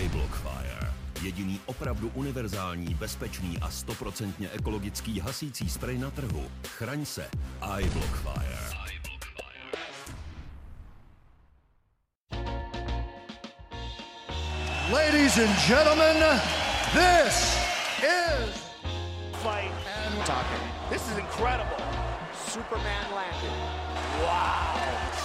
iBlockFire. Jediný opravdu univerzální, bezpečný a 100% ekologický hasící sprej na trhu. Chraň se. iBlockFire. Ladies and gentlemen, this is fight and talking. This is incredible. Superman landed. Wow.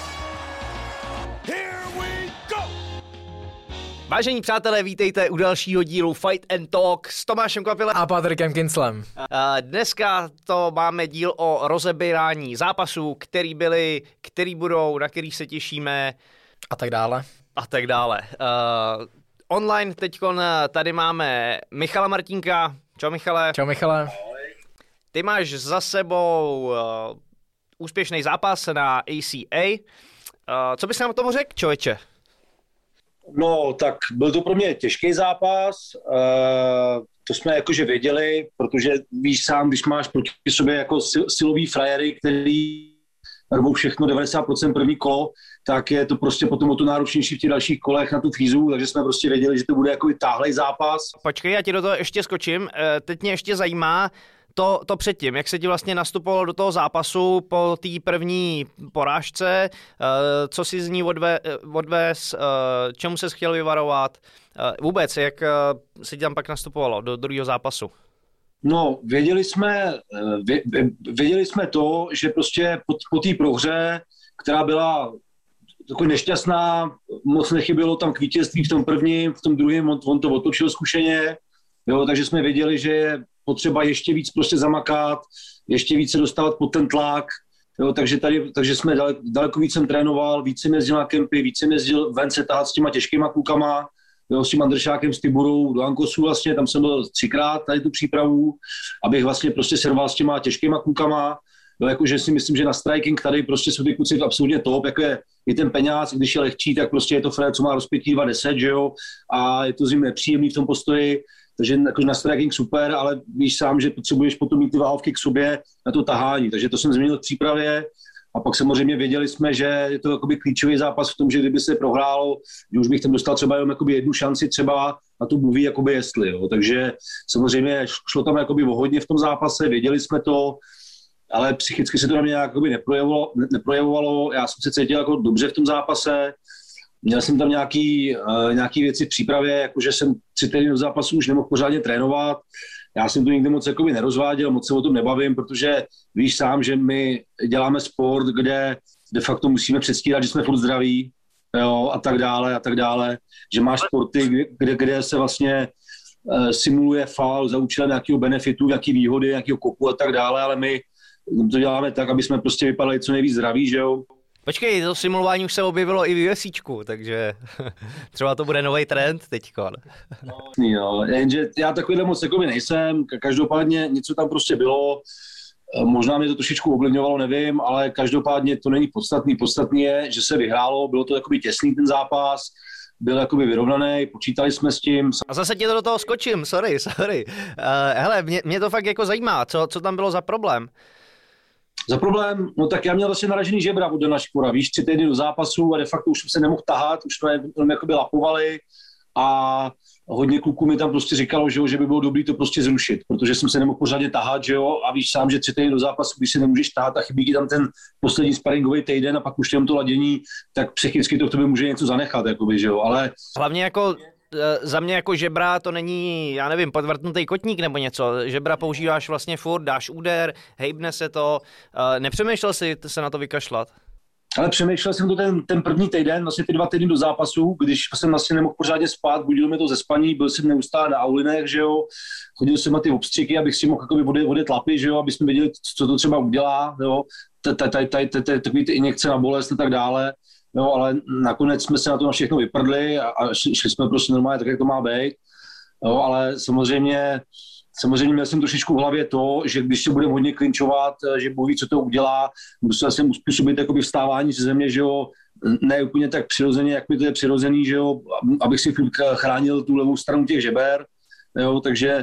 Here we go. Vážení přátelé, vítejte u dalšího dílu Fight and Talk s Tomášem Kvapilem a Patrikem Kinslem. Dneska to máme díl o rozebírání zápasů, který byly, který budou, na který se těšíme a tak dále. A tak dále. Online teďkon tady máme Michala Martínka. Čau Michale. Čau Michale. Ty máš za sebou úspěšný zápas na ACA. Co bys nám o tomu řekl, člověče? No, tak byl to pro mě těžký zápas, to jsme jakože věděli, protože víš sám, když máš proti sobě jako silový frajery, který rvou všechno 90% první kolo, tak je to prostě potom o to náročnější v těch dalších kolech na tu fízu, takže jsme prostě věděli, že to bude jako táhlej zápas. Počkej, já ti do toho ještě skočím, teď mě ještě zajímá, to předtím, jak se ti vlastně nastupovalo do toho zápasu po té první porážce, co si z ní odvez, čemu ses chtěl vyvarovat, vůbec, jak se ti tam pak nastupovalo do druhého zápasu? No, věděli jsme to, že prostě po té prohře, která byla takový nešťastná, moc nechybělo tam k vítězství v tom prvním, v tom druhém, on to otočil zkušeně, jo, takže jsme věděli, že je potřeba ještě víc prostě zamakat, ještě víc se dostávat pod ten tlak, jo, takže jsme daleko víc jsem trénoval, víc jsem jezdil na kempy, víc jsem jezdil ven se tahat s těma těžkýma klukama, jo, s tím Andršákem, s Tiburou do Ankosu vlastně, tam jsem byl 3krát tady tu přípravu, abych vlastně prostě serval s těma těžkýma klukama, jo, jakože si myslím, že na striking tady prostě jsou ty kluci absolutně top, jako je ten peněz, když je lehčí, tak prostě je to Fred, co má rozpětí 2.10, že jo, a je to zim nepříjemný v tom postoji. Takže jako na striking super, ale víš sám, že potřebuješ potom mít ty váhovky k sobě na to tahání. Takže to jsem změnil v přípravě a pak samozřejmě věděli jsme, že je to jakoby klíčový zápas v tom, že kdyby se prohrálo, že už bych tam dostal třeba jenom jakoby jednu šanci třeba na tu buví jakoby jestli. Jo. Takže samozřejmě šlo tam jakoby o hodně v tom zápase, věděli jsme to, ale psychicky se to na mě jakoby neprojevovalo. Já jsem se cítil jako dobře v tom zápase. Měl jsem tam nějaký věci v přípravě, jakože jsem 3 týdny do zápasu už nemohl pořádně trénovat. Já jsem to nikdy moc jakoby nerozváděl, moc se o tom nebavím, protože víš sám, že my děláme sport, kde de facto musíme předstírat, že jsme furt zdraví, jo, a tak dále. Že máš sporty, kde se vlastně simuluje faul za účelem nějakého benefitu, nějaký výhody, nějakého kopu a tak dále, ale my to děláme tak, aby jsme prostě vypadali co nejvíc zdraví, že jo. Počkej, to simulování už se objevilo i v UFCčku, takže třeba to bude nový trend teďko. No, jenže já takovýhle moc jakoby nejsem, každopádně něco tam prostě bylo, možná mě to trošičku ovlivňovalo, nevím, ale každopádně to není podstatný. Podstatný je, že se vyhrálo, bylo to jakoby těsný ten zápas, byl jakoby vyrovnaný, počítali jsme s tím. A zase ti do toho skočím, sorry. Hele, mě to fakt jako zajímá, co tam bylo za problém? Za problém, no tak já měl vlastně naražený žebra od Dana Špora, víš, 3 týdny do zápasu a de facto už se nemohl tahat, už to jenom jakoby lapovali a hodně kluků mi tam prostě říkalo, že by bylo dobré to prostě zrušit, protože jsem se nemohl pořádně tahat, že jo, a víš sám, že 3 týdny do zápasu, když se nemůžeš tahat a chybí ti tam ten poslední sparingový týden a pak už to ladění, tak psychicky to v tobě může něco zanechat, jakoby, že jo, ale... Hlavně jako... Za mě jako žebra to není, já nevím, podvrtnutý kotník nebo něco. Žebra používáš vlastně furt, dáš úder, hejbne se to. Nepřemýšlel jsi se na to vykašlat? Ale přemýšlel jsem to ten první týden, vlastně ty 2 týdny do zápasu, když jsem vlastně nemohl pořádně spát, budilo mě to ze spaní, byl jsem neustále na aulinech, že jo, chodil jsem na ty obstřiky, abych si mohl jakoby odjet lapy, že jo, aby jsme věděli, co to třeba udělá, jo, takový ty injekce na bolest a tak dále. No, ale nakonec jsme se na to na všechno vyprdli a šli jsme prostě normálně tak, jak to má být. No, ale samozřejmě měl jsem trošičku v hlavě to, že když se budeme hodně klinčovat, že Bůh ví, co to udělá, musel jsem uspůsobit jakoby vstávání ze země, že jo, ne úplně tak přirozeně, jak mi to je přirozený, že jo, abych si chránil tu levou stranu těch žeber, jo, takže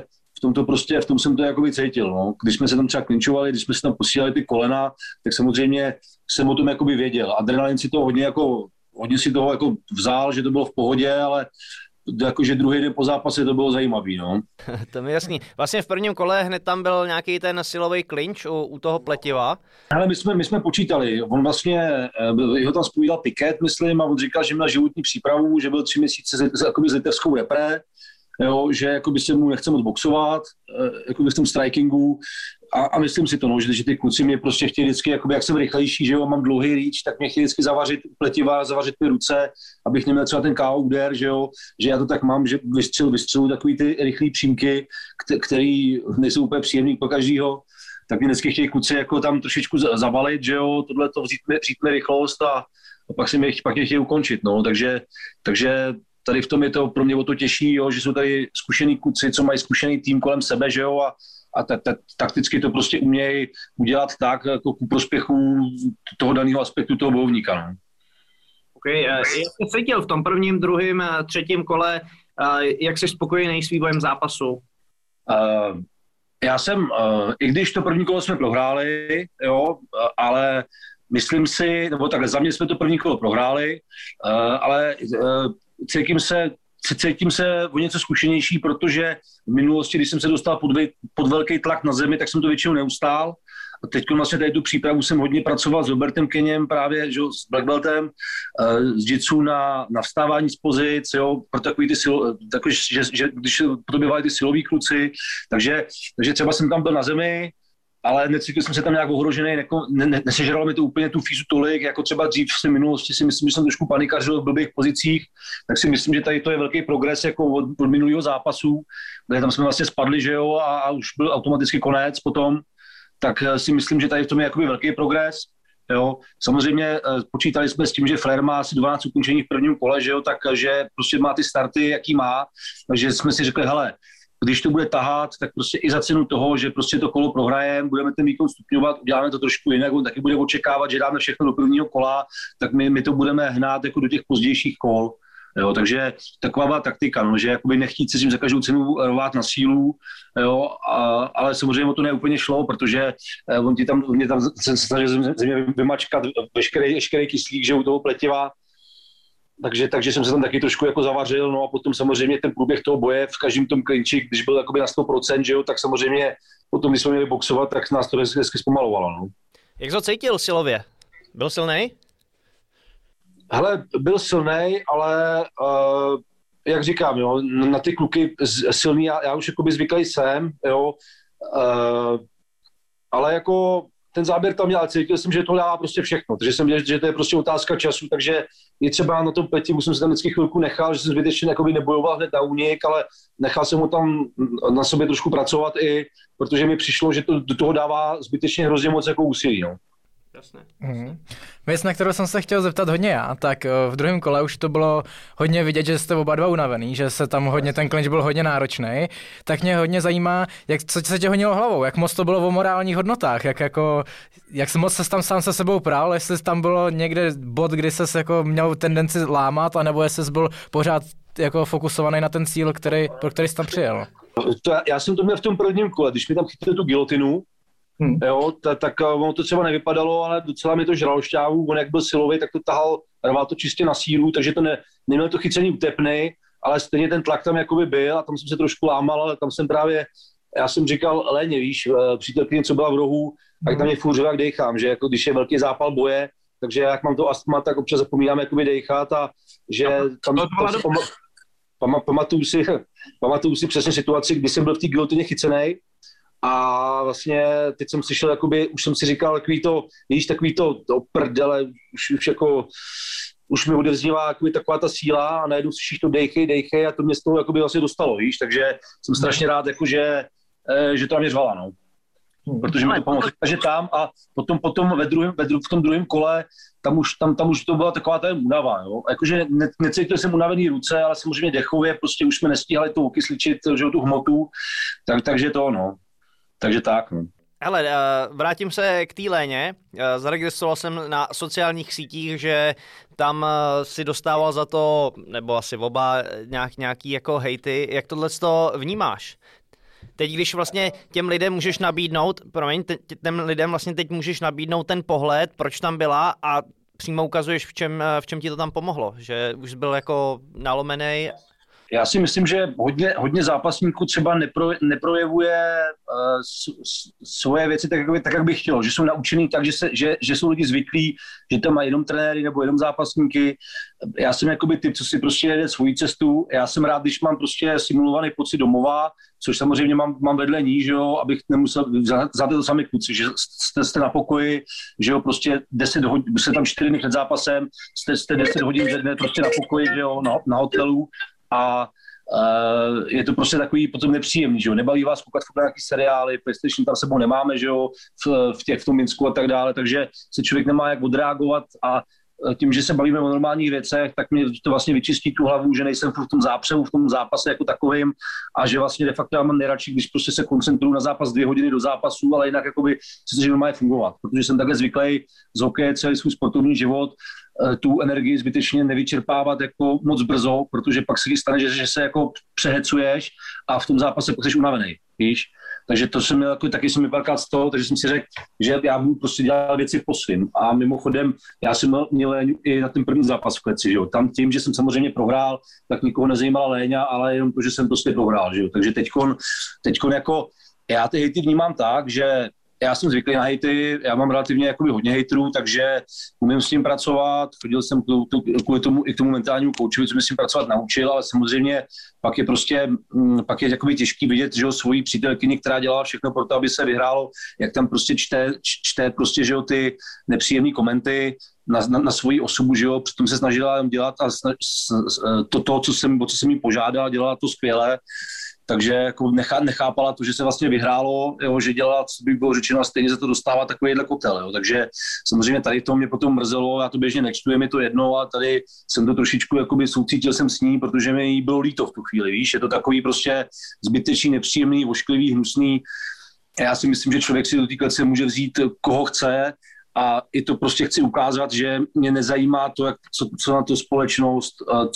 v tom jsem to jakoby cítil, no. Když jsme se tam třeba klinčovali, když jsme se tam posílali ty kolena, tak samozřejmě jsem o tom jakoby věděl. Adrenalin si to hodně si toho jako vzal, že to bylo v pohodě, ale jakože druhý den po zápase to bylo zajímavý, no. To mi jasný. Vlastně v prvním kole hned tam byl nějaký ten silový klinč u toho Pletiva. Ale my jsme počítali, on vlastně, jeho tam zpovídal Piquet, myslím, a on říkal, že měl životní přípravu, že byl 3 měsíce s litevskou repre, jo, že jakoby se mu nechce moc boxovat, jakoby v tom strikingu a myslím si to, no, že ty kluci mě prostě chtěli vždycky, jakoby, jak jsem rychlejší, že jo, mám dlouhý reach, tak mě chtěli vždycky zavařit Pletiva, zavařit ty ruce, abych neměl třeba ten KO úder, že jo, že já to tak mám, že vystřelu takový ty rychlý přímky, který nejsou úplně příjemný pro každýho, tak mě vždycky chtějí kluci jako tam trošičku zavalit, že jo, tohle to vzít mi rychlost a pak mě chtějí ukončit, no, takže tady v tom je to pro mě o to těžší, jo, že jsou tady zkušený kluci, co mají zkušený tým kolem sebe, že jo, a takticky to prostě umějí udělat tak, jako ku prospěchu toho daného aspektu toho bojovníka, no. Okay, jak jsi cítil v tom prvním, druhém, třetím kole, jak jsi spokojený s vývojem zápasu? Já jsem, i když to první kolo jsme prohráli, jo, ale myslím si, nebo takhle, za mě jsme to první kolo prohráli, ale cítím se o něco zkušenější, protože v minulosti, když jsem se dostal pod velký tlak na zemi, tak jsem to většinou neustál. A teď vlastně tady tu přípravu jsem hodně pracoval s Robertem Keněm právě, že, s Black Beltem, s jitsu na vstávání z pozic, jo, pro takový ty že když to bývají ty siloví kluci, takže třeba jsem tam byl na zemi, ale necítil jsem se tam nějak ohrožený, nesežralo mi to úplně tu fízu tolik, jako třeba dřív v minulosti si myslím, že jsem trošku panikařil v blbých pozicích, tak si myslím, že tady to je velký progres jako od minulého zápasu, kde tam jsme vlastně spadli, že jo, a už byl automaticky konec potom, tak si myslím, že tady v tom je jakoby velký progres, jo. Samozřejmě počítali jsme s tím, že Flair má asi 12 ukončení v prvním kole, že jo, takže prostě má ty starty, jaký má, takže jsme si řekli, hele, když to bude tahat, tak prostě i za cenu toho, že prostě to kolo prohrajeme, budeme ten výkon stupňovat, uděláme to trošku jinak, on taky bude očekávat, že dáme všechno do prvního kola, tak my to budeme hnát jako do těch pozdějších kol. Jo, takže taková byla taktika, no, že jakoby nechtít se s tím za každou cenu rvát na sílu, jo, ale samozřejmě o to neúplně šlo, protože mě tam se snažil ze mě vymačkat veškerý kyslík, že u toho Pletiva, takže jsem se tam taky trošku jako zavařil, no a potom samozřejmě ten průběh toho boje v každém tom klinči, když byl jakoby na 100%, že jo, tak samozřejmě potom, když jsme měli boxovat, tak nás to hezky zpomalovalo, no. Jak jsi ho cítil silově? Byl silnej? Hele, byl silnej, ale jak říkám, jo, na ty kluky silný, já už jakoby zvyklý jsem, jo, ale jako ten záběr tam měl, ale cítil jsem, že to dává prostě všechno, takže jsem věděl, že to je prostě otázka času, takže i třeba na tom Pleti musím se tam vždycky chvilku nechal, že jsem zbytečně jakoby nebojoval hned na únik, ale nechal jsem ho tam na sobě trošku pracovat i, protože mi přišlo, že to do toho dává zbytečně hrozně moc jako úsilí, no. Jasně. Věc, na kterou jsem se chtěl zeptat hodně já, tak v druhém kole už to bylo hodně vidět, že jste oba dva unavený, že se tam hodně, ten clinch byl hodně náročný, tak mě hodně zajímá, co se tě honilo hlavou, jak moc to bylo o morálních hodnotách, jak moc se tam sám se sebou prál, jestli tam bylo někde bod, kdy ses jako měl tendenci lámat, anebo jestli jsi byl pořád jako fokusovaný na ten cíl, pro který jsi tam přijel. Já jsem to měl v tom prvním kole, když mi tam chytili tu gilotinu, jo, tak ono to třeba nevypadalo, ale docela mi to žralo šťávu, on jak byl silový, tak to tahal, rval to čistě na sílu, takže to neměl to chycení utepnej, ale stejně ten tlak tam jakoby byl a tam jsem se trošku lámal, ale tam jsem právě, já jsem říkal, Léně, víš, přítelkyně, co byla v rohu, tak tam mě furt jak dejchám, že jako když je velký zápal boje, takže jak mám to astma, tak občas zapomínám jakoby dejchat a že tam pamatuju si přesně situaci, kdy jsem byl v té gilotině chycenej. A vlastně teď jsem slyšel, jakoby, už jsem si říkal, takový to prdele, už mi odevznívá jakoby taková ta síla a najednou slyšíš to dejchej a to mě z toho jakoby vlastně dostalo, víš, takže jsem strašně rád, jako, že to na mě řvala, no. Protože mi to pomohlo. Takže tam a potom v tom druhém kole, tam už to byla taková ta únava, jo. Jakože necítil jsem unavený ruce, ale samozřejmě dechově, prostě už jsme nestíhali to okysličit, že tu hmotu, takže to, no. Takže tak, no. Hele, vrátím se k té Léně. Zaregistroval jsem na sociálních sítích, že tam si dostával za to, nebo asi oba, nějaký jako hejty. Jak tohleto vnímáš? Teď, když vlastně těm lidem můžeš nabídnout, těm lidem vlastně teď můžeš nabídnout ten pohled, proč tam byla a přímo ukazuješ, v čem ti to tam pomohlo, že už byl jako nalomenej. já si myslím, že hodně zápasníků třeba neprojevuje svoje věci tak, jak bych chtěl, že jsou naučený tak, že jsou lidi zvyklí, že tam mají jenom trenéry nebo jenom zápasníky. Já jsem jakoby typ, co si prostě jede svoji cestu. Já jsem rád, když mám prostě simulovaný pocit domova, což samozřejmě mám vedle ní, že jo, abych nemusel za to sami kluci, že jste na pokoji, že jo, prostě 10 hodin, jste tam 4 dny před zápasem, jste 10 hodin ze dne prostě na pokoji, že jo, na hotelu a je to prostě takový potom nepříjemný, že jo, nebaví vás koukat na nějaký seriály, PlayStation tam sebou nemáme, že jo, v tom Minsku a tak dále, takže se člověk nemá jak odreagovat a tím, že se bavíme o normálních věcech, tak mě to vlastně vyčistí tu hlavu, že nejsem v tom zápřehu, v tom zápase jako takovým a že vlastně de facto já mám nejradši, když prostě se koncentruju na zápas 2 hodiny do zápasu, ale jinak jakoby se snažím normálně fungovat, protože jsem takhle zvyklý z hokeje celý svůj sportovní život, tu energii zbytečně nevyčerpávat jako moc brzo, protože pak se stane, že se jako přehecuješ a v tom zápase pak jsi unavený, víš? Takže to jsem měl, jako, taky jsem mi párkrát z toho, takže jsem si řekl, že já budu prostě dělat věci po svým. A mimochodem, já jsem měl i na ten první zápas v kleci, že jo. Tam tím, že jsem samozřejmě prohrál, tak nikoho nezajímala Léňa, ale jenom to, že jsem prostě prohrál, že jo. Takže teďkon jako, já ty hejty vnímám tak, že já jsem zvyklý na hejty, já mám relativně jakoby hodně hejterů, takže umím s tím pracovat, chodil jsem kvůli tomu i k tomu mentálnímu koučovi, co mi s tím pracovat naučil, ale samozřejmě pak je jakoby těžký vidět, že jo, svoji přítelkyni, která dělala všechno pro to, aby se vyhrálo, jak tam prostě čte prostě, že jo, ty nepříjemné komenty na svoji osobu, že jo, přitom se snažila dělat a to, co jsem jí požádal, dělala to skvěle. Takže jako nechápala to, že se vlastně vyhrálo, jo, že dělala, co by bylo řečeno, a stejně za to dostává takovýhle kotel. Jo. Takže samozřejmě tady to mě potom mrzelo, já to běžně nečtu, je mi to jedno a tady jsem to trošičku jakoby soucítil jsem s ní, protože mi jí bylo líto v tu chvíli, víš, je to takový prostě zbytečný, nepříjemný, ošklivý, hnusný. Já si myslím, že člověk si do té klece může vzít, koho chce, a i to prostě chci ukázat, že mě nezajímá to, co na to společnost,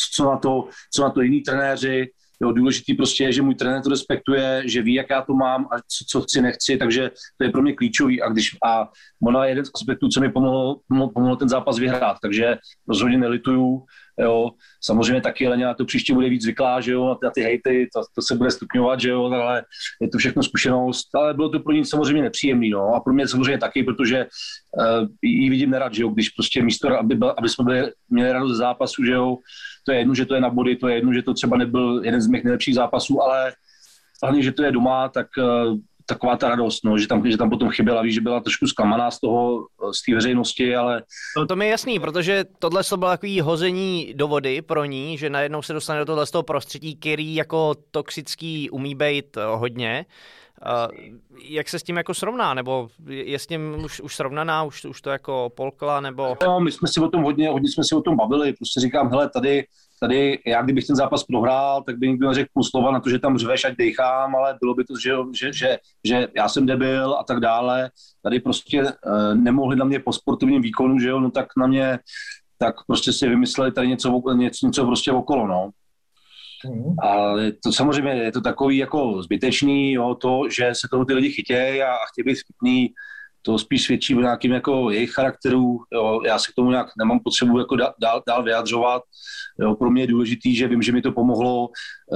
co na to jiní trenéři. Jo, důležitý prostě je, že můj trenér to respektuje, že ví, jak já to mám a co chci, nechci, takže to je pro mě klíčový a ono je jeden z aspektů, co mi pomohlo ten zápas vyhrát, takže rozhodně nelituju, jo, samozřejmě taky Leňa to příště bude víc zvyklá, že jo, na ty hejty, to se bude stupňovat, že jo, ale je to všechno zkušenost, ale bylo to pro ní samozřejmě nepříjemný, no, a pro mě samozřejmě taky, protože jí vidím nerad, že jo, když prostě místo, aby jsme měli radost ze zápasu, že jo, to je jedno, že to je na body, to je jedno, že to třeba nebyl jeden z mých nejlepších zápasů, ale hlavně, že to je doma, tak taková ta radost, no, že tam potom chyběla, víš, že byla trošku zklamaná z té veřejnosti, ale... No to mi je jasný, protože tohle to bylo takový hození do vody pro ní, že najednou se dostane do tohle prostředí, který jako toxický umí být hodně. Jak se s tím jako srovná, nebo je s tím už srovnaná, už to jako polkla, nebo... No, my jsme si o tom hodně jsme si o tom bavili, prostě říkám, hele, tady já kdybych ten zápas prohrál, tak by nikdo neřekl půl slova na to, že tam řveš, ať dejchám, ale bylo by to, že já jsem debil a tak dále. Tady prostě nemohli na mě po sportovním výkonu, že jo, no tak na mě, tak prostě si vymysleli tady něco prostě okolo, no. Ale to samozřejmě je to takový jako zbytečný, jo, to, že se toho ty lidi chytějí a chtějí být vtipný, to spíš svědčí o nějakým jako jejich charakteru, jo, já se k tomu nějak nemám potřebu jako dál vyjadřovat, jo, pro mě je důležitý, že vím, že mi to pomohlo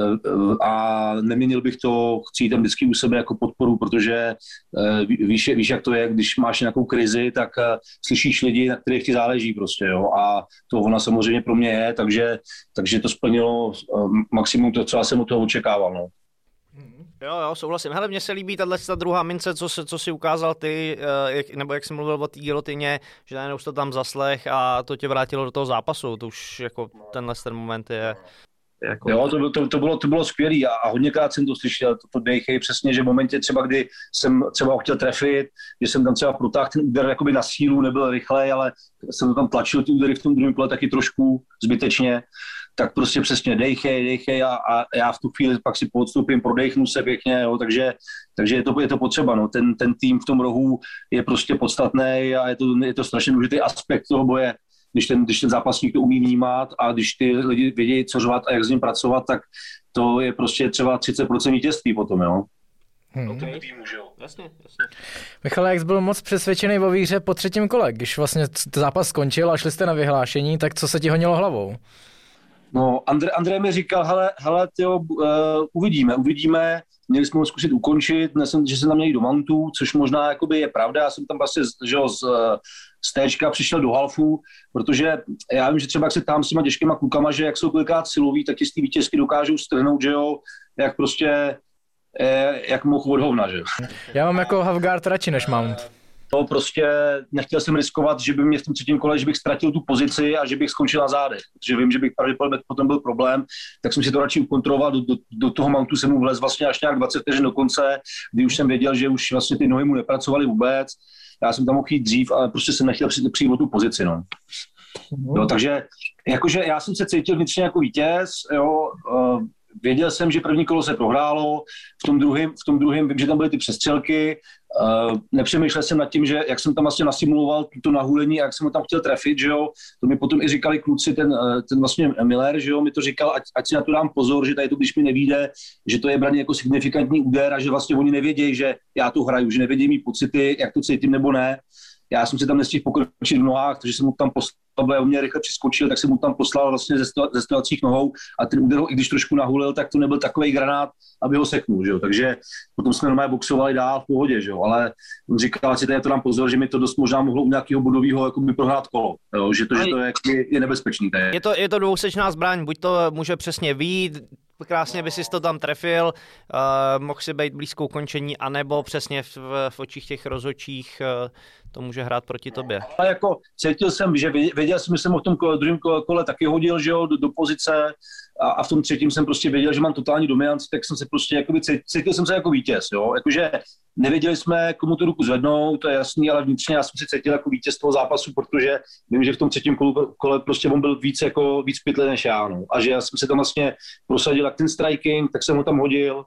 a neměnil bych to, chci tam vždycky u sebe jako podporu, protože víš, jak to je, když máš nějakou krizi, tak slyšíš lidi, na kterých ti záleží prostě, jo, a to ona samozřejmě pro mě je, takže to splnilo maximum to, co já jsem od toho očekával, no. Jo, souhlasím. Hele, mně se líbí ta druhá mince, co si ukázal ty, nebo jak jsi mluvil o té gilotině, že najednou jsi to tam zaslech a to tě vrátilo do toho zápasu. To už jako ten moment je... Jako... Jo, to bylo skvělý a hodněkrát jsem to slyšel, to dejchej přesně, že v momentě třeba, kdy jsem třeba ho chtěl trefit, že jsem tam třeba protáhl ten úder jakoby na sílu, nebyl rychlej, ale jsem to tam tlačil ty údery v tom druhém kole taky trošku zbytečně, tak prostě přesně dejchej a já v tu chvíli pak si podstoupím, prodechnu se pěkně, jo, takže je to potřeba, no. Ten tým v tom rohu je prostě podstatný a je to strašně důležitý aspekt toho boje. Když ten zápasník to umí vnímat a když ty lidi vědí, co řvat a jak s ním pracovat, tak to je prostě třeba 30% vítězství potom, jo. Okay. Jasně. Michale, jak jsi byl moc přesvědčený o výhře po třetím kole, když vlastně zápas skončil a šli jste na vyhlášení, tak co se ti honilo hlavou? No, Andrej mi říkal, hele, tyjo, uvidíme. Měli jsme ho zkusit ukončit, že jsem tam měl jít do mountu, což možná jakoby je pravda. Já jsem tam vlastně z téčka přišel do halfu, protože já vím, že třeba jak se tam s těma těžkýma klukama, že jak jsou kolikrát siloví, tak jestli vítězky dokážou strhnout, že jo, jak prostě, jak moh od hovna, že jo. Já mám jako halfguard radši než mount. To prostě nechtěl jsem riskovat, že by mě v tom třetím kole, že bych ztratil tu pozici a že bych skončil na zádech, protože vím, že bych pravděpodobně potom byl problém, tak jsem si to radši ukontroloval, do toho mountu jsem mu vlez vlastně až nějak 20 vteřin do konce, kdy už jsem věděl, že už vlastně ty nohy mu nepracovaly vůbec, já jsem tam mohl jít dřív, ale prostě jsem nechtěl přijít o tu pozici, no. No, takže jakože já jsem se cítil vnitřně jako vítěz, jo, věděl jsem, že první kolo se prohrálo, v tom druhém vím, že tam byly ty přestřelky, nepřemýšlel jsem nad tím, že jak jsem tam vlastně nasimuloval to nahulení a jak jsem ho tam chtěl trefit, že jo, to mi potom i říkali kluci, ten vlastně Miller, že jo, mi to říkal, ať si na to dám pozor, že tady to, když mi nevyjde, že to je braný jako signifikantní úder a že vlastně oni nevědějí, že já to hraju, že nevědějí mý pocity, jak to cítím nebo ne. Já jsem si tam nestihl pokročit v nohách, takže jsem mu tam poslal, on mě rychle přeskočil, tak jsem mu tam poslal vlastně ze stojacích nohou a ten úder, i když trošku nahulil, tak to nebyl takovej granát, aby ho seknul, že jo. Takže potom jsme normálně boxovali dál v pohodě, že jo, ale on říkal, že tady to dám pozor, že mi to dost možná mohlo u nějakého bodového jakoby prohrát kolo, jo? Že to je nebezpečný. Tady. Je to dvousečná zbraň, buď to může přesně vyjít, krásně by si to tam trefil, mohl si být blízko ukončení, anebo přesně v očích těch rozhodčích to může hrát proti tobě. Ale jako cítil jsem, že věděl jsem, že jsem ho v tom druhém kole taky hodil, že jo, do pozice a v tom třetím jsem prostě věděl, že mám totální dominanci, tak jsem se prostě jakoby cítil jsem se jako vítěz, jo, jakože nevěděli jsme, komu tu ruku zvednou, to je jasný, ale vnitřně já jsem se cítil jako vítěz toho zápasu, protože vím, že v tom třetím kole prostě on byl víc pytlý než já, no. A že já jsem se tam vlastně prosadil jak ten striking, tak jsem ho tam hodil.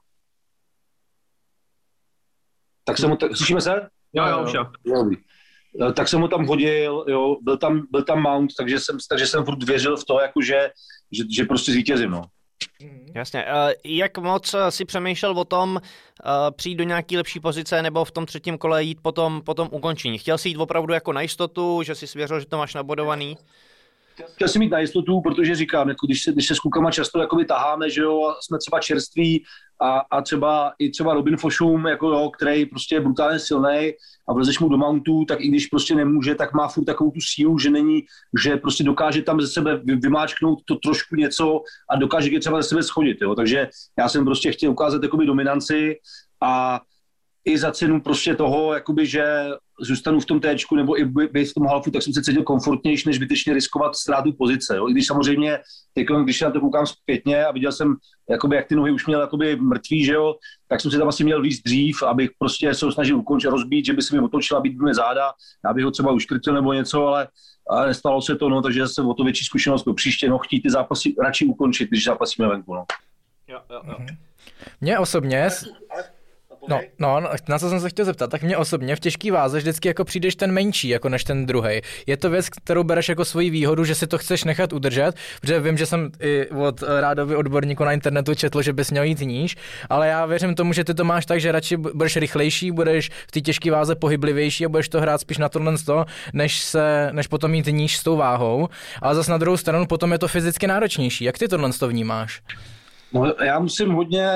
Tak jsem ho slyšíme se? Jo. Tak jsem ho tam hodil, jo, byl tam mount, takže jsem furt věřil v to, jakože, že prostě zvítězím, no. Jasně. Jak moc si přemýšlel o tom přijít do nějaký lepší pozice nebo v tom třetím kole jít potom ukončení? Chtěl jsi jít opravdu jako na jistotu, že jsi svěřil, že to máš nabodovaný? Chtěl jsem mít na jistotu, protože říkám, jako když se s klukama často jakoby taháme, že jo, jsme třeba čerství a třeba Robin Fošum, jako jo, který prostě je brutálně silný a vlezeš mu do mountu, tak i když prostě nemůže, tak má furt takovou tu sílu, že prostě dokáže tam ze sebe vymáčknout to trošku něco a dokáže je třeba ze sebe schodit, jo. Takže já jsem prostě chtěl ukázat jakoby dominanci a i za cenu prostě toho, jakoby, že zůstanu v tom téčku nebo i být v tom halfu, tak jsem se cítil komfortnější, než zbytečně riskovat ztrátu pozice. Jo? I když samozřejmě, když na to koukám zpětně a viděl jsem, jakoby, jak ty nohy už měl jakoby mrtvý, že jo, tak jsem si tam asi měl víc dřív, abych prostě se ho snažil ukončit, rozbít, že by se mi otočila být mě záda, já bych ho třeba uškrtil nebo něco, ale nestalo se to, no, takže zase o to větší zkušenost příště, no, chtít ty zápasy radši ukončit, když zápasíme venku, no. Jo. Mně osobně... No, na co jsem se chtěl zeptat, tak mě osobně v těžký váze vždycky jako přijdeš ten menší, jako než ten druhej. Je to věc, kterou bereš jako svoji výhodu, že si to chceš nechat udržet, protože vím, že jsem i od Rádovi odborníku na internetu četl, že bys měl jít níž, ale já věřím tomu, že ty to máš tak, že radši budeš rychlejší, budeš v té těžké váze pohyblivější a budeš to hrát spíš na tohle, než potom jít níž s tou váhou, ale zase na druhou stranu potom je to fyzicky náročnější. Jak ty tohle vnímáš? No, já musím hodně,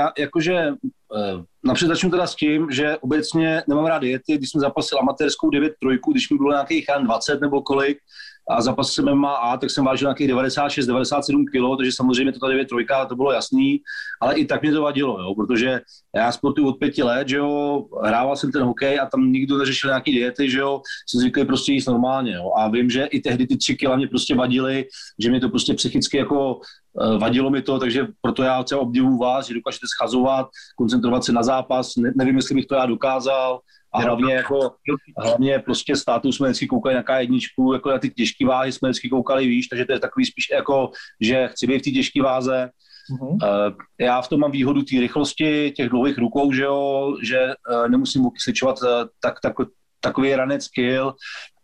napřed začnu teda s tím, že obecně nemám rád diety, když jsem zapasil amatérskou 9-3, když mi bylo nějakých 20 nebo kolik a zapasil jsem MMA, tak jsem vážil nějakých 96-97 kg, takže samozřejmě to ta 9-3, to bylo jasný, ale i tak mě to vadilo, jo, protože já sportuju od 5 let, že jo, hrával jsem ten hokej a tam nikdo neřešil nějaký diety, že jo, jsem zvyklý prostě jíst normálně, jo, a vím, že i tehdy ty 3 kg mě prostě vadily, že mě to prostě psychicky jako vadilo mi to, takže proto já třeba obdivuju vás, že dokážete schazovat, koncentrovat se na zápas, nevím, jestli bych to já dokázal a hlavně prostě státu jsme vždycky koukali na K1, jako na ty těžké váhy jsme vždycky koukali, víš, takže to je takový spíš jako, že chci být v té těžké váze. Já v tom mám výhodu té rychlosti, těch dlouhých rukou, že jo, že nemusím okysličovat takový ranec skill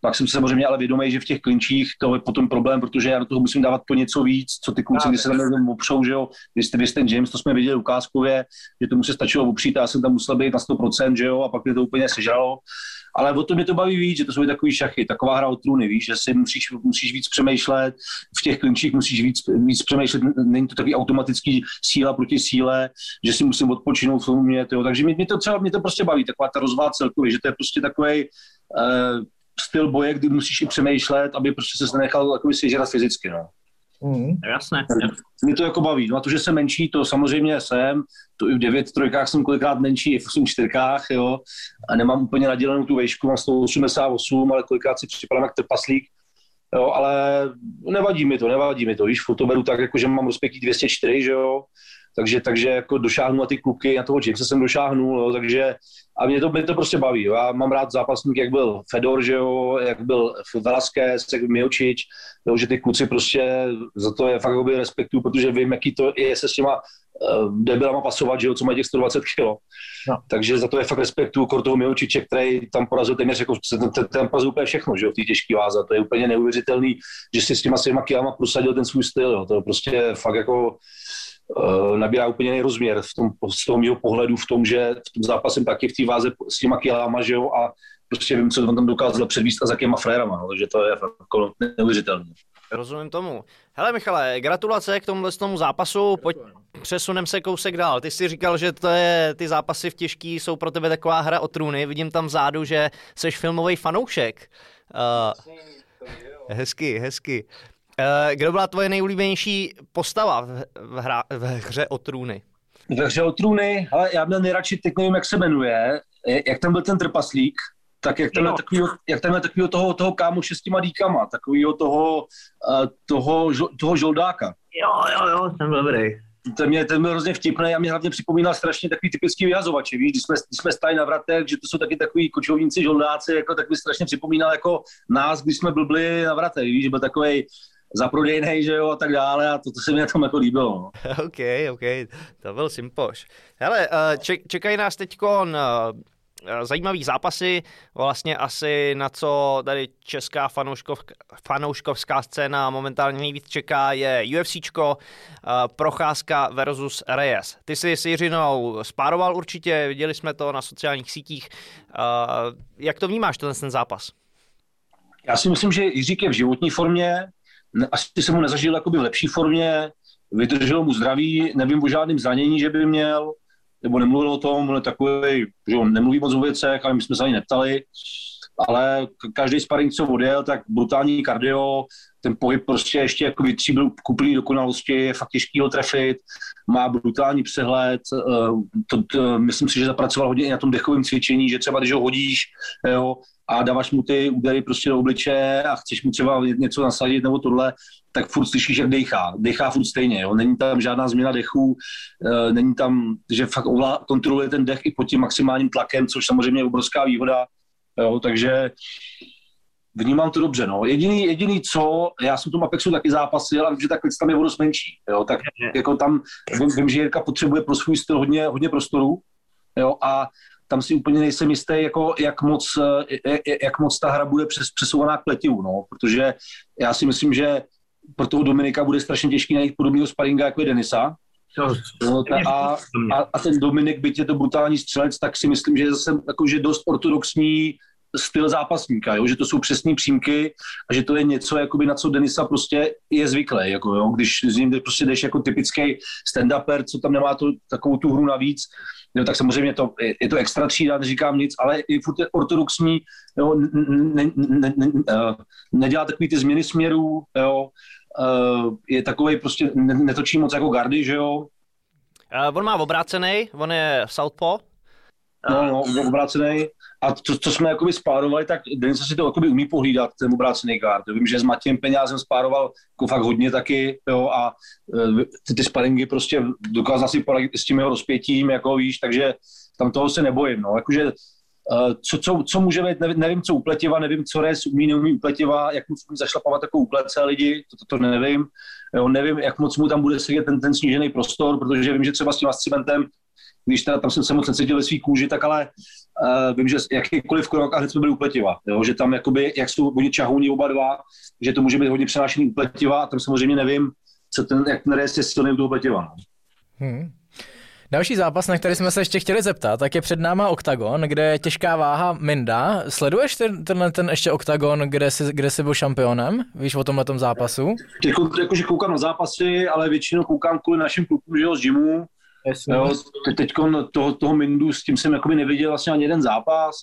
Pak jsem samozřejmě ale vědomý, že v těch klinčích to je potom problém, protože já do toho musím dávat po něco víc, co ty kluci, když se tam opřou, že jo, když ten James, to jsme viděli ukázkově, že tomu se stačilo opřít a já jsem tam musel být na 100%, že jo, a pak mě to úplně sežralo. Ale o tom mě to baví víc, že to jsou takový šachy, taková hra o trůny, víš, že si musíš víc přemýšlet, v těch klinčích musíš víc přemýšlet, není to takový automatický síla proti síle, že si musím odpočinout v tom mě, takže mě to prostě baví, taková ta rozváha celkově, že to je prostě takový styl boje, kdy musíš i přemýšlet, aby prostě se nenechal takový sežrat fyzicky, no. Jasné. Mě to jako baví. No a to, že jsem menší, to samozřejmě jsem. To i v 9-3 jsem kolikrát menší, i v 8-4, jo. A nemám úplně nadělenou tu vejšku, mám 188, ale kolikrát si připadám jak trpaslík. Jo, ale nevadí mi to, víš, to beru tak, jako, že mám rozpětí 204, že jo. Takže jako došáhnu na ty kluky, na toho Jamesa jsem došáhnul, jo, takže a mě to prostě baví, jo. Já mám rád zápasník, jak byl Fedor, že jo, jak byl Velasquez, jak byl Miocic, jo, že ty kluci prostě za to je fakt respektuju, protože vím, jaký to je se s těma debilama pasovat, že jo, co mají těch 120 kg. No. Takže za to je fakt respektuju toho Miociče, který tam porazil téměř jako, ten porazil úplně všechno, že jo, v té těžké váze. To je úplně neuvěřitelný, že si s těma 7 kilama prosadil ten svůj styl, jo. To je prostě fakt jako nabírá úplně jiný rozměr z toho mého pohledu v tom, že v tom zápasem taky v té váze s těma kilama, že jo, a prostě vím, co on tam dokázal předvíst a za jakýma frérama, no, takže to je jako neuvěřitelné. Rozumím tomu. Hele Michale, gratulace k tomu zápasu, pojď přesunem se kousek dál. Ty jsi říkal, že ty zápasy v těžký jsou pro tebe taková hra o trůny, vidím tam vzadu, že jsi filmový fanoušek. Hezky. Kdo byla tvoje nejoblíbenější postava v hře o trůny? Ve hře o trůny, ale já měl nejradši, teď nevím, jak se jmenuje, jak tam byl ten trpaslík, tak jak tam je takovýho toho kámoše s těma dýkama, takovýho toho žoldáka. Jo, jsem dobrý. Ten byl hrozně vtipný a mě hlavně připomínal strašně takový typický vyhazovače, víš, když jsme stáli na vratech, že to jsou taky takový kočovníci, žoldáci, jako tak mi strašně připomínal jako nás, když jsme blbli na vratech, víš, že byl takovej zaprodejnej, že jo, a tak dále a to se mi na tom jako líbilo. No. OK, to byl simpoš. Hele, čekají nás teďkon zajímavý zápasy, vlastně asi na co tady česká fanouškovská scéna momentálně nejvíc čeká je UFCčko, Procházka versus Reyes. Ty jsi s Jiřinou spároval určitě, viděli jsme to na sociálních sítích. Jak to vnímáš, ten zápas? Já si myslím, že Jiřík je v životní formě, asi jsem mu nezažil jakoby v lepší formě, vydrželo mu zdraví, nevím o žádném zranění, že by měl, nebo nemluvil o tom, on je takový, že on nemluví moc o věcech, ale my jsme se ani neptali, ale každý sparring, co odjel, tak brutální kardio, ten pohyb prostě ještě jako vytříbil k úplný dokonalosti, je fakt těžký ho trefit, má brutální přehled, myslím si, že zapracoval hodně i na tom dechovém cvičení, že třeba když ho hodíš, jo, a dáváš mu ty údery prostě do obličeje a chceš mu třeba něco nasadit nebo tohle, tak furt slyšíš, jak dechá furt stejně, jo. Není tam žádná změna dechu, není tam, že fakt kontroluje ten dech i pod tím maximálním tlakem, což samozřejmě je obrovská výhoda, jo, takže vnímám to dobře, no. Jediný co, já jsem v tom Apexu taky zápasil a vím, že ta klic tam je dost menší, jo, tak jako tam vím, že Jirka potřebuje pro svůj styl hodně prostoru, jo, a tam si úplně nejsem jistý, jako jak moc ta hra bude přesouvaná k pletivu, no, protože já si myslím, že pro toho Dominika bude strašně těžký najít podobného sparinga, jako je Denisa. No, a ten Dominik, byť je to brutální střelec, tak si myslím, že je zase jakože dost ortodoxní styl zápasníka, jo? Že to jsou přesné přímky a že to je něco, jakoby, na co Denisa prostě je zvyklý, jako, jo? Když z ním prostě jdeš jako typický stand-uper, co tam nemá takovou tu hru navíc, jo, tak samozřejmě je to extra třída, neříkám nic, ale i furt je ortodoxní, jo? Nedělá takový ty změny směrů, jo? Je takovej prostě, netočí moc jako gardy, že jo? On má obrácený, on je southpaw. No, obrácený. A co jsme jakoby spárovali, tak Denis si to jakoby umí pohlídat, ten obrácený guard. Vím, že s Matějem Peňázem spároval jako fakt hodně taky, jo, a ty sparingy prostě dokázal si poradit s tím jeho rozpětím, jako víš, takže tam toho se nebojím, no, jakože co může být, nevím, co upletiva, nevím, co Reyes umí, neumí upletiva, jak moc umí zašlapávat takovou uplece lidi, to nevím, jo, nevím, jak moc mu tam bude sedět ten snížený prostor, protože vím, že třeba s tím ascimentem, když teda tam jsem se moc necítil ve svý kůži, tak ale vím, že jakýkoliv krok a hned jsme byli u pletiva, jo? Že tam jakoby, jak jsou oni čahouni oba dva, že to může být hodně přenášený u pletiva a tam samozřejmě nevím, jak ten rejs je silný u toho pletiva. No. Další zápas, na který jsme se ještě chtěli zeptat, tak je před náma Oktagon, kde je těžká váha Minda. Sleduješ ten ještě Oktagon, kde jsi byl šampionem? Víš o tomhletom zápasu? Jakože koukám na zápasy, ale většinou koukám kvůli našim klukům, že jo, z gymu. Teď toho Mindu, s tím jsem jakoby neviděl vlastně ani jeden zápas.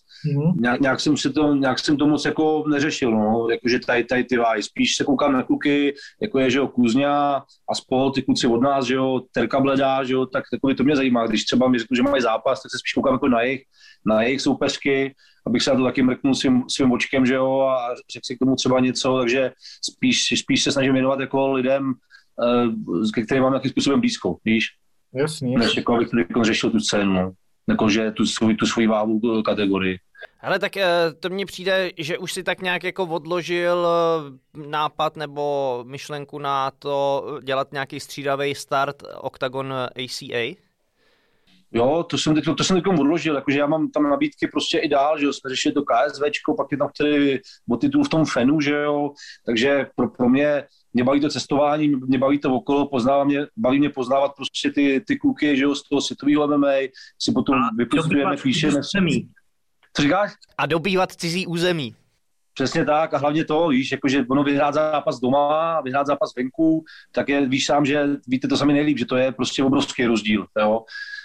Nějak jsem to moc jako neřešil, no. Jakože tady ty váhy. Spíš se koukám na kluky, jako je, že jo, Kuzňa a spol, ty kluci od nás, že jo, Terka Bledá, že jo, tak takový to mě zajímá. Když třeba mi řeknu, že mají zápas, tak se spíš koukám jako na jejich soupeřky, abych se na to taky mrknul svým očkem, že jo, a řekl si k tomu třeba něco, takže spíš se snažím věnovat jako lidem, ke kterým mám nějakým způsobem blízko, víš? Jasně. Než jako abych řešil tu scénu, jakože tu svoji váhu kategorii. Ale tak to mně přijde, že už si tak nějak jako odložil nápad nebo myšlenku na to dělat nějaký střídavý start Octagon ACA? Jo, to jsem teď odložil, jakože já mám tam nabídky prostě i dál, že jo, jsme řešili to KSVčko, pak je tam chtěli o titul v tom Fenu, že jo, takže pro mě baví to cestování, mě baví to okolo, baví mě poznávat prostě ty kluky, že jo, z toho světového MMA, si potom vypustujeme, píšeme. Co říkáš? A dobývat cizí území. Přesně tak a hlavně to, víš, jakože ono vyhrát zápas doma, vyhrát zápas venku, tak je, víš sám, že víte to sami nejlíp, že to je prostě obrovský rozdíl, jo.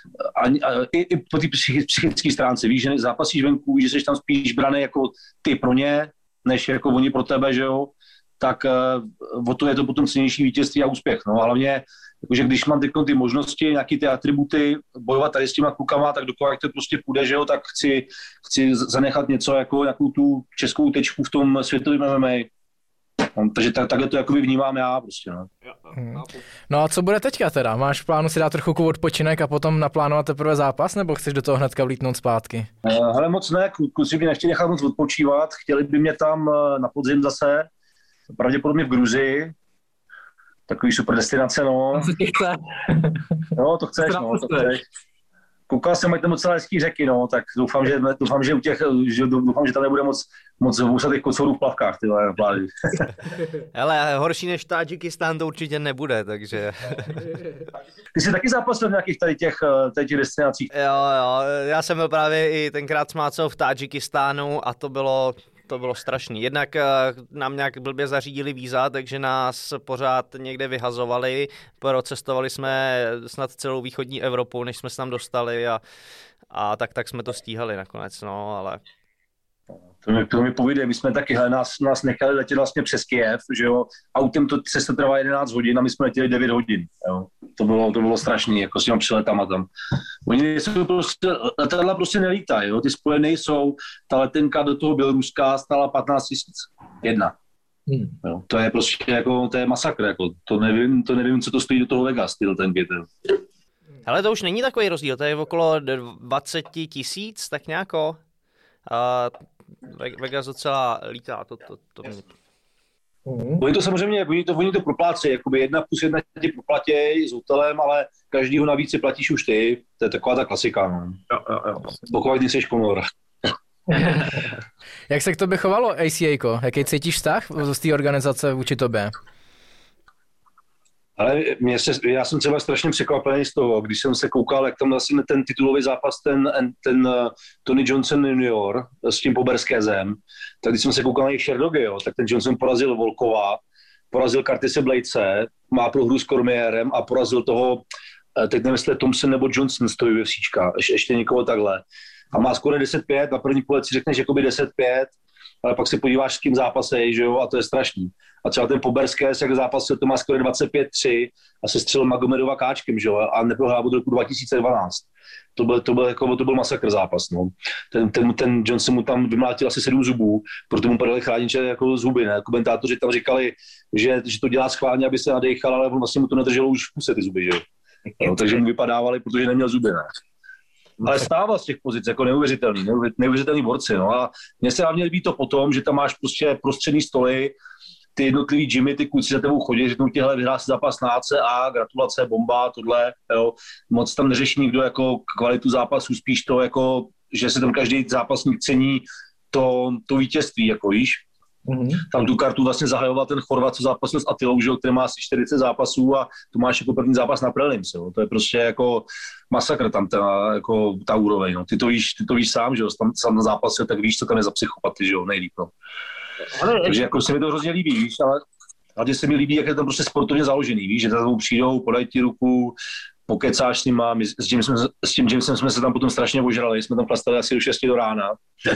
I po té psychické stránce, víš, že zápasíš venku, že jsi tam spíš braný jako ty pro ně, než jako oni pro tebe, že jo, tak o to je to potom cennější vítězství a úspěch, no a hlavně, jakože když mám ty možnosti, nějaký ty atributy, bojovat tady s těma klukama, tak dokud to prostě půjde, že jo, tak chci zanechat něco jako nějakou tu českou tečku v tom světovém MMA. Takže takhle to jakoby vnímám já prostě, no. No a co bude teďka teda? Máš v plánu si dát trochu odpočinek a potom naplánovat teprve zápas, nebo chceš do toho hnedka vlítnout zpátky? Hele, moc ne, kluci by nechtěli nechat moc odpočívat, chtěli by mě tam na podzim zase, pravděpodobně v Gruzii, takový super destinace, no. Co ti chce? No, to chceš, no, to chceš. Koukal jsem, mají tam docela hezký řeky, no, tak doufám, že tam nebude moc husatých kocourů v plavkách, ty vlády. Hele, horší než Tadžikistán to určitě nebude, takže... Ty jsi taky zápasil v nějakých tady těch destinacích? Jo, já jsem byl právě i tenkrát smácel v Tadžikistánu a to bylo strašný. Jednak nám nějak blbě zařídili víza, takže nás pořád někde vyhazovali. Procestovali jsme snad celou východní Evropu, než jsme se tam dostali a tak jsme to stíhali nakonec, no, ale... To mi povídej, my jsme taky, nás nechali letět vlastně přes Kyjev, že jo, autem to cesta trvá 11 hodin a my jsme letěli 9 hodin, jo. To bylo strašný, jako s těma přiletama tam. Oni jsou prostě, letadla prostě nelítají, jo, ty spoje nejsou, ta letenka do toho Běloruska stála 15 000, jedna. Jo, to je prostě jako, to je masakr, jako, to nevím, co to stojí do toho Vegas, ty letenky, to. Hele, to už není takový rozdíl, to je okolo 20 000, tak nějako. Vegas docela lítá, to mě... Oni to samozřejmě, oni to proplácejí, jakoby 1+1 ti proplatí s hotelem, ale každýho navíc si platíš už ty, to je taková ta klasika, no. Jo. Pokud nejseš komor. Jak se k tobě chovalo ACA-ko? Jaký cítíš vztah z té organizace vůči tobě? Ale já jsem třeba strašně překvapený z toho, když jsem se koukal, jak tam vlastně ten titulový zápas, ten Tony Johnson junior s tím Poberskézem, tak když jsem se koukal na jejich Sherdogy, jo, tak ten Johnson porazil Volkova, porazil Curtise Bladese, má prohru s Cormierem a porazil toho, teď nevím, jestli Thompson nebo Johnson stojí ve vsíčka, ještě někoho takhle. A má skoro 10-5, na první pohled si řekneš jakoby 10-5, ale pak se podíváš, s kým zápasej, že jo, a to je strašný. A třeba ten Poberskés, jak zápasil, to má skoro 25-3 a se střelil Magomedova káčkem, že jo, a neprohrál od roku 2012. To byl masakr zápas, no. Ten Johnson mu tam vymlátil asi 7 zubů, proto mu padaly chrániče jako zuby, ne. Komentátoři tam říkali, že to dělá schválně, aby se nadechal, ale vlastně mu to nedrželo už v kuse ty zuby, že jo. No, takže mu vypadávali, protože neměl zuby, ne. Ale stával z těch pozic jako neuvěřitelný borci, no a mně se hlavně líbí to potom, že tam máš prostě prostřední stoly, ty jednotlivý gymy, ty kluci za tebou chodí, že ti hele, vyhrál si zápas na ACA, gratulace, bomba, tohle, jo. Moc tam neřeší nikdo jako kvalitu zápasu, spíš to jako, že se tam každý zápasník cení to vítězství, jako víš. Tam tu kartu vlastně zahajoval ten Chorvat, co zápasil s Attilou, že, který má asi 40 zápasů a tu máš jako první zápas na prelims. To je prostě jako masakr tam ta úroveň. No. Ty to víš sám, že jo, tam na zápase, tak víš, co tam je za psychopaty, že jo, nejlíp. No. Takže jako se mi to hrozně líbí, víš, ale hlavně se mi líbí, jak je tam prostě sportovně založený, víš, že tam přijdou, podají ti ruku, pokecáš s nima, my s tím Jamesem jsme se tam potom strašně ožrali, jsme tam plastali asi do 6 do rána.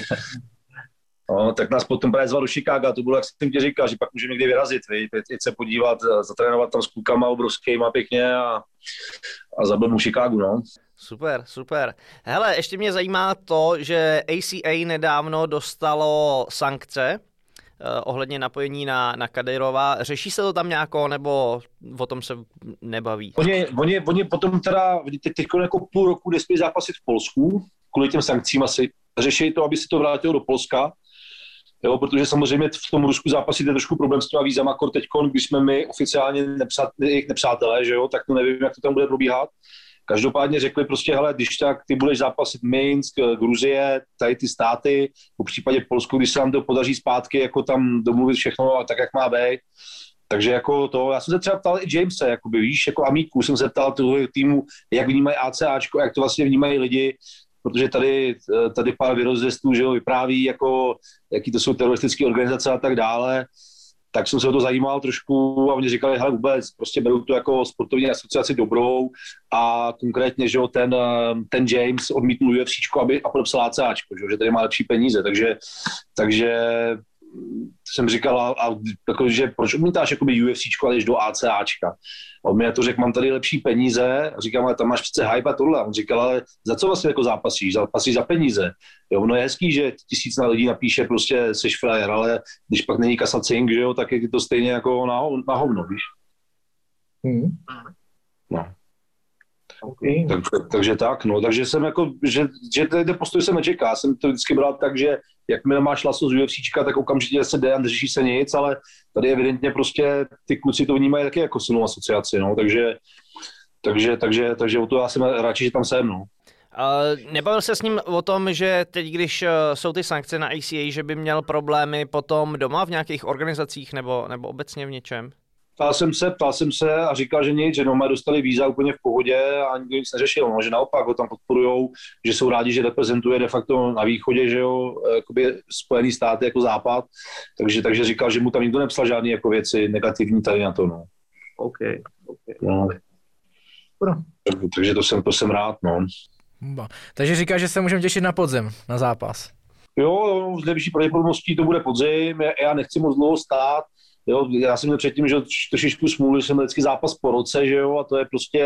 No, tak nás potom právě zval do Chicaga, to bylo, jak jsem ti říkal, že pak můžeme někdy vyrazit, jít se podívat, zatrénovat tam s klukama obrovskýma pěkně a zabil mu Chicagu, no. Super. Hele, ještě mě zajímá to, že ACA nedávno dostalo sankce ohledně napojení na Kadyrova. Řeší se to tam nějako, nebo o tom se nebaví? Oni potom teda, teď jako půl roku nesmí zápasit v Polsku, kvůli těm sankcím asi. Řeší to, aby se to vrátilo do Polska, jo, protože samozřejmě v tom Rusku zápasit je trošku problém s těma vízama, akor teďkon, když jsme my oficiálně jejich nepřátelé, že jo, tak to nevím, jak to tam bude probíhat. Každopádně řekli prostě, hele, když tak ty budeš zápasit Minsk, Gruzie, tady ty státy, po případě Polsku, když se nám to podaří zpátky, jako tam domluvit všechno tak, jak má být. Takže jako to, já jsem se třeba ptal i Jamesa, jakoby, víš, jako amíku, jsem se ptal toho týmu, jak vnímají ACAčko, jak to vlastně vnímají lidi, protože tady pár vyrozdestů, že jo, vypráví, jako, jaký to jsou teroristické organizace a tak dále, tak jsem se o to zajímal trošku a oni říkali, hele, vůbec, prostě berou to jako sportovní asociaci dobrou a konkrétně, že jo, ten James odmítnul UFCčko, aby a podepsal ACAčko, že tady má lepší peníze, takže jsem říkal, jako, že proč odmítáš jakoby UFCčko a jdeš do ACAčka? A on mi to řekl, mám tady lepší peníze, a říkám, ale tam máš přece hype a tohle. A on říkal, ale za co vlastně jako zápasíš? Zápasíš za peníze. Jo, no je hezký, že 1000 lidí napíše prostě seš frajer, ale když pak není kasacink, že jo, tak je to stejně jako na hovno, víš? No. Okay. Takže tak, no, takže jsem jako, že ten postoj se nečeká, jsem to vždycky bral tak, že jakmile máš laso z UFCčka, tak okamžitě se jde a neřeší se nic, ale tady evidentně prostě ty kluci to vnímají taky jako silnou asociaci, no, takže o to já jsem radši, že tam jsem, no. Nebavil se s ním o tom, že teď, když jsou ty sankce na ACA, že by měl problémy potom doma v nějakých organizacích nebo obecně v něčem? Ptal jsem se a říkal, že nic, že doma dostali víza úplně v pohodě a nikdo nic neřešil, no, že naopak ho tam podporujou, že jsou rádi, že reprezentuje de facto na východě, že jo, jakoby Spojený státy jako západ, takže říkal, že mu tam nikdo nepsal žádný jako věci negativní tady na to, no. OK. No. Takže to jsem rád, no. Takže říká, že se můžeme těšit na podzim, na zápas. Jo, z nejvyšší pravděpodobností to bude podzim, já nechci moc dlouho stát. Jo, já jsem měl předtím, že trošičku smůlu, že jsem měl vždycky zápas po roce, že jo, a to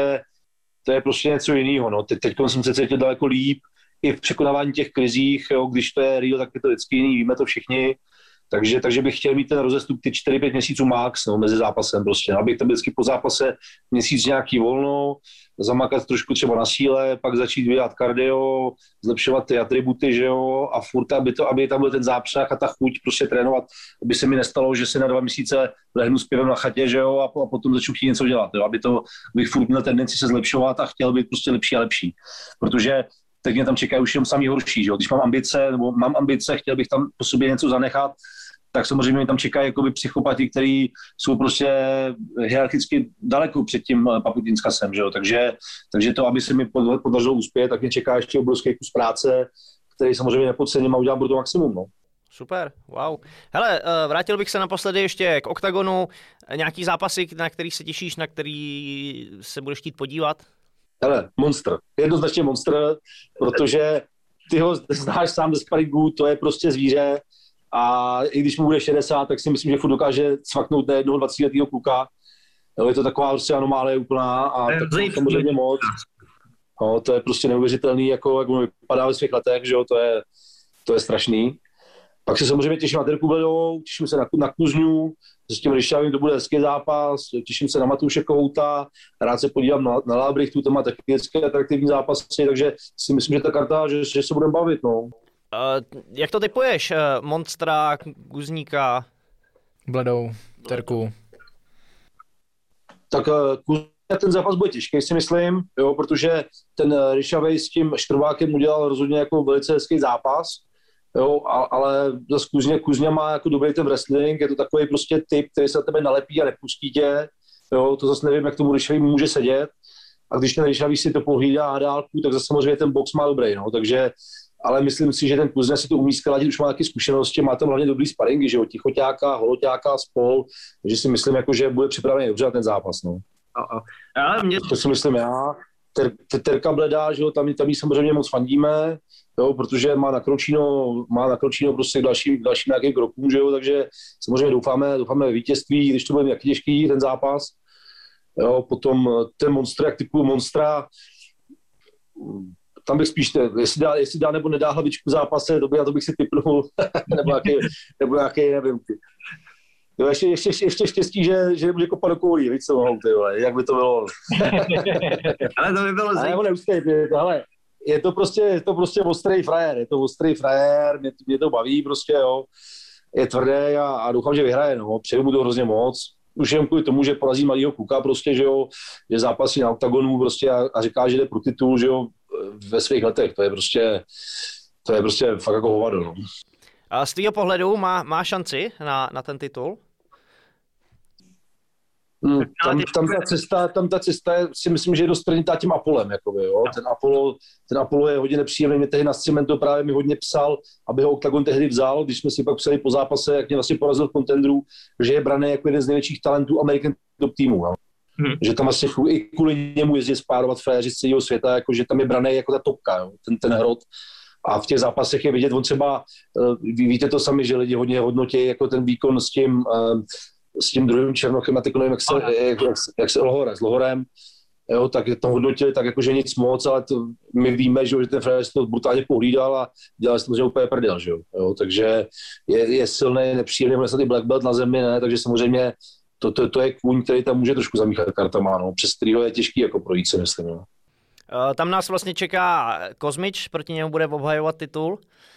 je prostě něco jiného, no. Teď jsem se cítil daleko líp i v překonávání těch krizích, jo, když to je Rio, tak je to vždycky jiný, víme to všichni, takže bych chtěl mít ten rozestup ty 4-5 měsíců max, no, mezi zápasem prostě, abych tam vždycky po zápase měsíc nějaký volno, zamakat trošku třeba na síle, pak začít dělat kardio, zlepšovat ty atributy, že jo, a furt, aby tam byl ten zápřah a ta chuť prostě trénovat, aby se mi nestalo, že se na 2 měsíce lehnu s pivem na chatě, že jo, a potom začnu chtít něco dělat, jo, abych furt měl tendenci se zlepšovat a chtěl být prostě lepší a lepší, protože teď mě tam čekají už jenom samý horší, že jo, když mám ambice, chtěl bych tam po sobě něco zanechat, tak samozřejmě mě tam čekají jakoby psychopati, kteří jsou prostě hierarchicky daleko před tím Paputinskasem, že jo, takže to, aby se mi podařilo uspět, tak mě čeká ještě obrovský kus práce, který samozřejmě nepodcením a udělám pro to maximum, no. Super, wow. Hele, vrátil bych se naposledy ještě k OKTAGONu, nějaký zápasy, na který se těšíš, na který se budeš chtít podívat? Hele, monster, jednoznačně monster, protože ty ho znáš sám ze sparingu, to je prostě zvíře, a i když mu bude 60, tak si myslím, že furt dokáže cvaknout na jednoho 20letého kluka. Jo, je to taková prostě anomálie úplná a tak samozřejmě moc. No, to je prostě neuvěřitelný, jak on vypadá ve svých letech, že jo, to je strašný. Pak se samozřejmě těším na Terku Bledovou, těším se na Kuzňu, s tím Ryšavým to bude hezký zápas, těším se na Matouše Kohouta, rád se podívám na Lábrichtu, to má taky hezké atraktivní zápasy, takže si myslím, že ta karta, že se budeme bavit, no. Jak to typuješ? Monstra, Kuzníka? Bledou, Terku. Tak ten zápas bude těžký, si myslím, jo, protože ten Ryšavej s tím Štrvákem udělal rozhodně jako velice hezký zápas, jo, ale zase Kuzňa má jako dobrý ten wrestling, je to takový prostě typ, který se na tebe nalepí a nepustí tě, jo, to zase nevím, jak tomu Ryšavej může sedět, a když ten Ryšavej si to pohlídá na dálku, tak zase samozřejmě ten box má dobrý, no, takže ale myslím si, že ten Kuzňa si to umí skladit, už má taky zkušenosti, má tam hlavně dobrý sparingy, že jo, Tichoťáka, Holoťáka spol, takže si myslím, jako, že bude připravený dobře na ten zápas, no. To si myslím já. Terka Bledá, že jo, tam jí samozřejmě moc fandíme, jo, protože má nakročíno prostě k dalším nějakým krokům, že jo, takže samozřejmě doufáme ve vítězství, když to bude nějaký těžký ten zápas. Jo, potom ten Monster, jak typu Monstra, tam bych spíš, jestli dá nebo nedá hlavičku v zápase, na to bych si tipnul, nebo nějaký, nevím. Jo, ještě štěstí, že bude kopat do koulí, víš co mohou, ty vole, jak by to bylo. Ale to by bylo zajímavé. Ale je to prostě ostrý frajer, mě to baví prostě, jo. Je tvrdý a doufám, že vyhraje, no. Přeju mu to hrozně moc. Už jen kvůli tomu, že porazí malýho kluka prostě, že jo, že zápasí na oktagonu prostě a říká, že jde pro titul, že jo, ve svých letech. To je prostě fakt jako hovado, no. A z tvýho pohledu má šanci na ten titul? Tam ta cesta je, si myslím, že je dost trnitá tím Apolem, jakoby, jo. Ten Apollo je hodně nepříjemný, mě tehdy na Cementu právě mi hodně psal, aby ho Octagon tehdy vzal, když jsme si pak psali po zápase, jak mě vlastně porazil v kontendru, že je braný jako jeden z největších talentů American Top týmu, jo. Že tam vlastně i kvůli němu jezdí spárovat fréři z celého světa, jako, že tam je braný jako ta topka, jo, ten hrot. A v těch zápasech je vidět, on třeba, víte to sami, že lidi hodně hodnotí jako ten výkon s tím druhým Černochem, a teď nevím, jak se s Lohorem, jo, tak to hodnotili tak jakože nic moc, ale my víme, že ten Frér to brutálně pohlídal a dělal se to úplně prdel, že jo, takže je silný, nepříjemný, on je Black Belt na zemi, ne, takže samozřejmě to je kůň, který tam může trošku zamíchat kartama, no, přes kterýho je těžký jako projít, si myslím, no. Tam nás vlastně čeká Kozmič, proti němu bude obhajovat titul.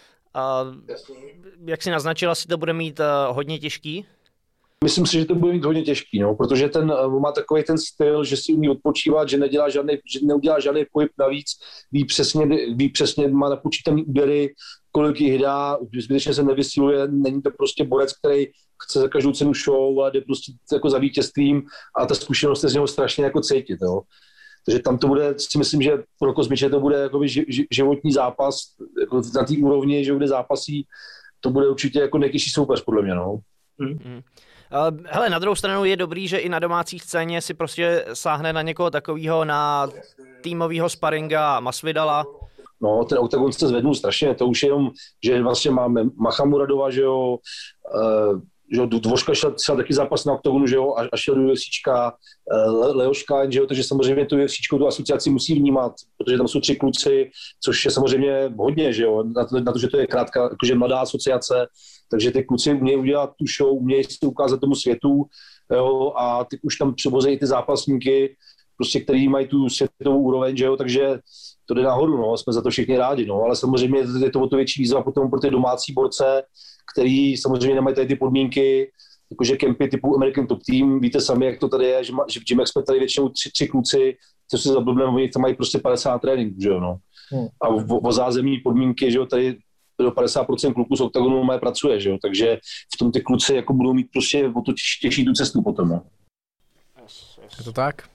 Jak si naznačil, asi to bude mít hodně těžký? Myslím si, že to bude mít hodně těžký, no, protože má takový ten styl, že si umí odpočívat, že neudělá žádný pohyb navíc, ví přesně, má napočítaný údery, kolik jich dá, zbytečně se nevysiluje, není to prostě borec, který chce za každou cenu show a jde prostě jako za vítězstvím a ta zkušenost je z něho strašně jako cítit, jo. Takže tam to bude, si myslím, že pro Kozmiče to bude jakoby životní zápas jako na té úrovni, že bude zápasí, to bude určitě jako nejtěžší soupeř, podle mě, no. Hele, na druhou stranu je dobrý, že i na domácí scéně si prostě sáhne na někoho takového, na týmového sparinga Masvidala. No, ten Octagon se zvednul strašně, to už je jenom, že vlastně máme Machamuradova, že jo, Dvořka šel taky zápas na Octagonu, že jo, a šel do UFCčka, Leoška, že jo, takže samozřejmě tu UFCčku, tu asociaci musí vnímat, protože tam jsou 3 kluci, což je samozřejmě hodně, že jo, na to, že to je krátká, jakože mladá asociace, takže ty kluci umějí udělat tu show, umějí si ukázat tomu světu, jo, a ty už tam převozejí ty zápasníky, prostě, který mají tu světovou úroveň, že jo, takže to jde nahoru, no, jsme za to všichni rádi, no, ale samozřejmě je to o to větší výzva potom pro ty domácí borce, který samozřejmě nemají tady ty podmínky, jakože kempy typu American Top Team, víte sami, jak to tady je, že v gymech jsme tady většinou 3 kluci, co se zablbneme, oni tam mají prostě 50 tréninků, že jo, no. A o zázemí podmínky, že jo, tady do 50% kluků z Octagonu mají pracuje, že jo, takže v tom ty kluci jako budou mít prostě o to těžší tu cestu potom, no. Je to tak?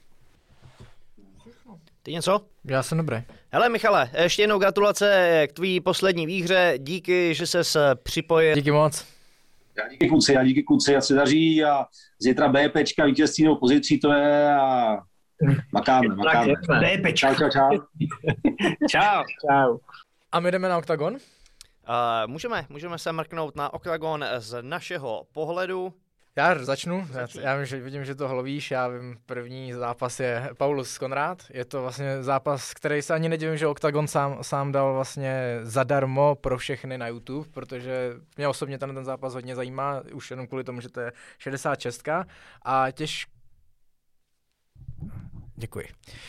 Ty něco? Já jsem dobrý. Hele Michale, ještě jednou gratulace k tvý poslední výhře, díky, že ses připojil. Díky moc. Já díky kluci, já se daří a zítra BPčka, vítězství nebo pozicí to je a makáme. BPčka. Čau. Čau. A my jdeme na Octagon? Můžeme se mrknout na Octagon z našeho pohledu. Já začnu. Já vidím, že to hlovíš. Já vím, první zápas je Paulus Konrád. Je to vlastně zápas, který se ani nedivím, že Octagon sám dal vlastně zadarmo pro všechny na YouTube, protože mě osobně ten zápas hodně zajímá, už jenom kvůli tomu, že to je 66. A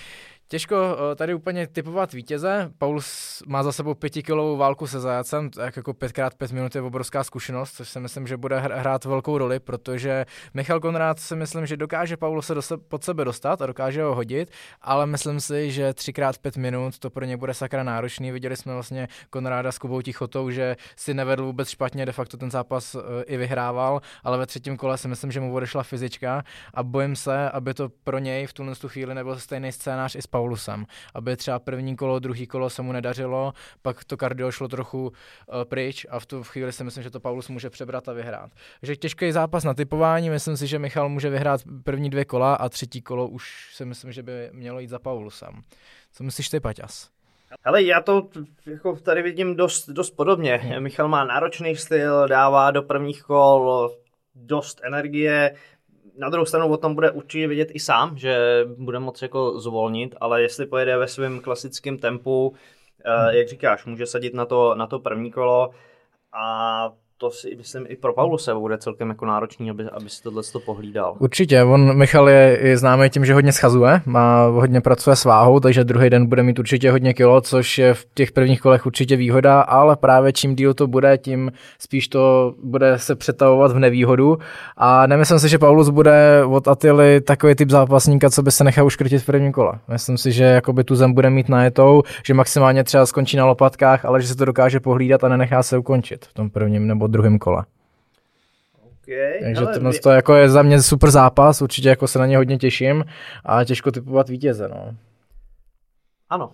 Těžko tady úplně typovat vítěze. Paulus má za sebou 5kilovou válku se Zajacem, tak jako 5x5 minut je obrovská zkušenost, což si myslím, že bude hrát velkou roli, protože Michal Konrád si myslím, že dokáže Pauluse pod sebe dostat a dokáže ho hodit, ale myslím si, že 3x5 minut to pro ně bude sakra náročný. Viděli jsme vlastně Konráda s Kubou Tichotou, že si nevedl vůbec špatně, de facto ten zápas i vyhrával, ale ve třetím kole si myslím, že mu odešla fyzička a bojím se, aby to pro něj v tuhle chvíli nebyl stejný scénář i s Paulusem. Aby třeba první kolo, druhý kolo se mu nedařilo, pak to kardio šlo trochu pryč a v tu chvíli si myslím, že to Paulus může přebrat a vyhrát. Takže těžký zápas na typování, myslím si, že Michal může vyhrát první 2 kola a třetí kolo už si myslím, že by mělo jít za Paulusem. Co myslíš ty, Paťas? Hele, já to jako tady vidím dost podobně. Michal má náročný styl, dává do prvních kol dost energie. Na druhou stranu o tom bude určitě vidět i sám, že bude moc jako zvolnit, ale jestli pojede ve svém klasickém tempu, jak říkáš, může sadit na to první kolo a to si myslím i pro Pauluse bude celkem jako náročný, aby si tohle pohlídal. Určitě, Michal je známý tím, že hodně schazuje, hodně pracuje s váhou, takže druhý den bude mít určitě hodně kilo, což je v těch prvních kolech určitě výhoda, ale právě čím díl to bude, tím spíš to bude se přetavovat v nevýhodu a nemyslím si, že Paulus bude od Attily takový typ zápasníka, co by se nechal uškrtit v prvním kole. Myslím si, že jakoby tu zem bude mít najetou, že maximálně třeba skončí na lopatkách, ale že se to dokáže pohlídat a nenechá se ukončit v tom prvním nebo druhém kole. Okay, takže to jako je za mě super zápas, určitě jako se na ně hodně těším a těžko typovat vítěze, no. Ano.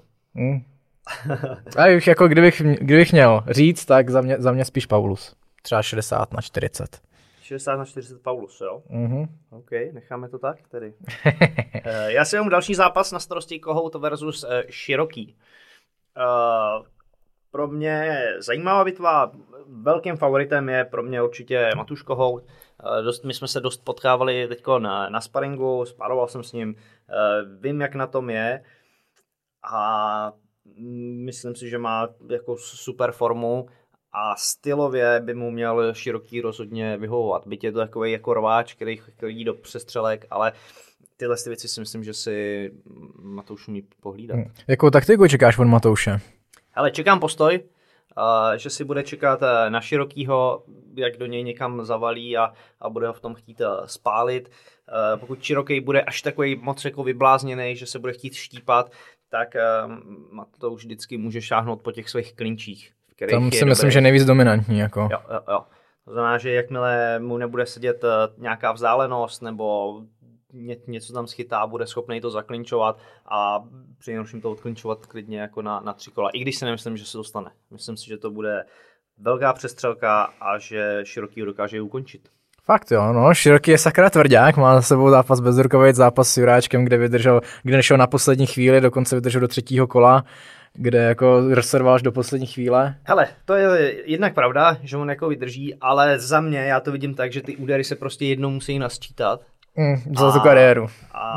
A jako kdybych měl říct, tak za mě spíš Paulus. Třeba 60/40. 60/40 Paulus, jo? OK, necháme to tak tedy. Já si mám další zápas na starosti Kohout versus Široký. Pro mě zajímavá bitva, velkým favoritem je pro mě určitě Matuš Kohout. My jsme se dost potkávali teďko na sparingu, sparoval jsem s ním, vím, jak na tom je a myslím si, že má jako super formu a stylově by mu měl Široký rozhodně vyhovovat. Byť je to takový jako rváč, který chodí do přestřelek, ale tyhle věci si myslím, že si Matouš umí pohlídat. Jakou taktiku čekáš od Matouše? Ale čekám postoj, že si bude čekat na Širokýho, jak do něj někam zavalí a bude ho v tom chtít spálit. Pokud Široký bude až takový moc jako vyblázněný, že se bude chtít štípat, tak to už vždycky může šáhnout po těch svých klinčích. Tam si myslím, že nejvíc dominantní. Jako. Jo. To znamená, že jakmile mu nebude sedět nějaká vzdálenost nebo něco tam schytá, bude schopný to zaklinčovat a při nejhorším to odklinčovat klidně jako na 3 kola. I když si nemyslím, že se to stane. Myslím si, že to bude velká přestřelka a že Široký dokáže ukončit. Fakt jo, no, Široký je sakra tvrdák, má za sebou zápas bez rukavic, zápas s Juráčkem, kde nešel na poslední chvíli, dokonce vydržel do 3. kola, kde jako rozserval až do poslední chvíle. Hele, to je jednak pravda, že on jako vydrží, ale za mě, já to vidím tak, že ty údery se prostě jednou musí nasčítat. Za tu kariéru.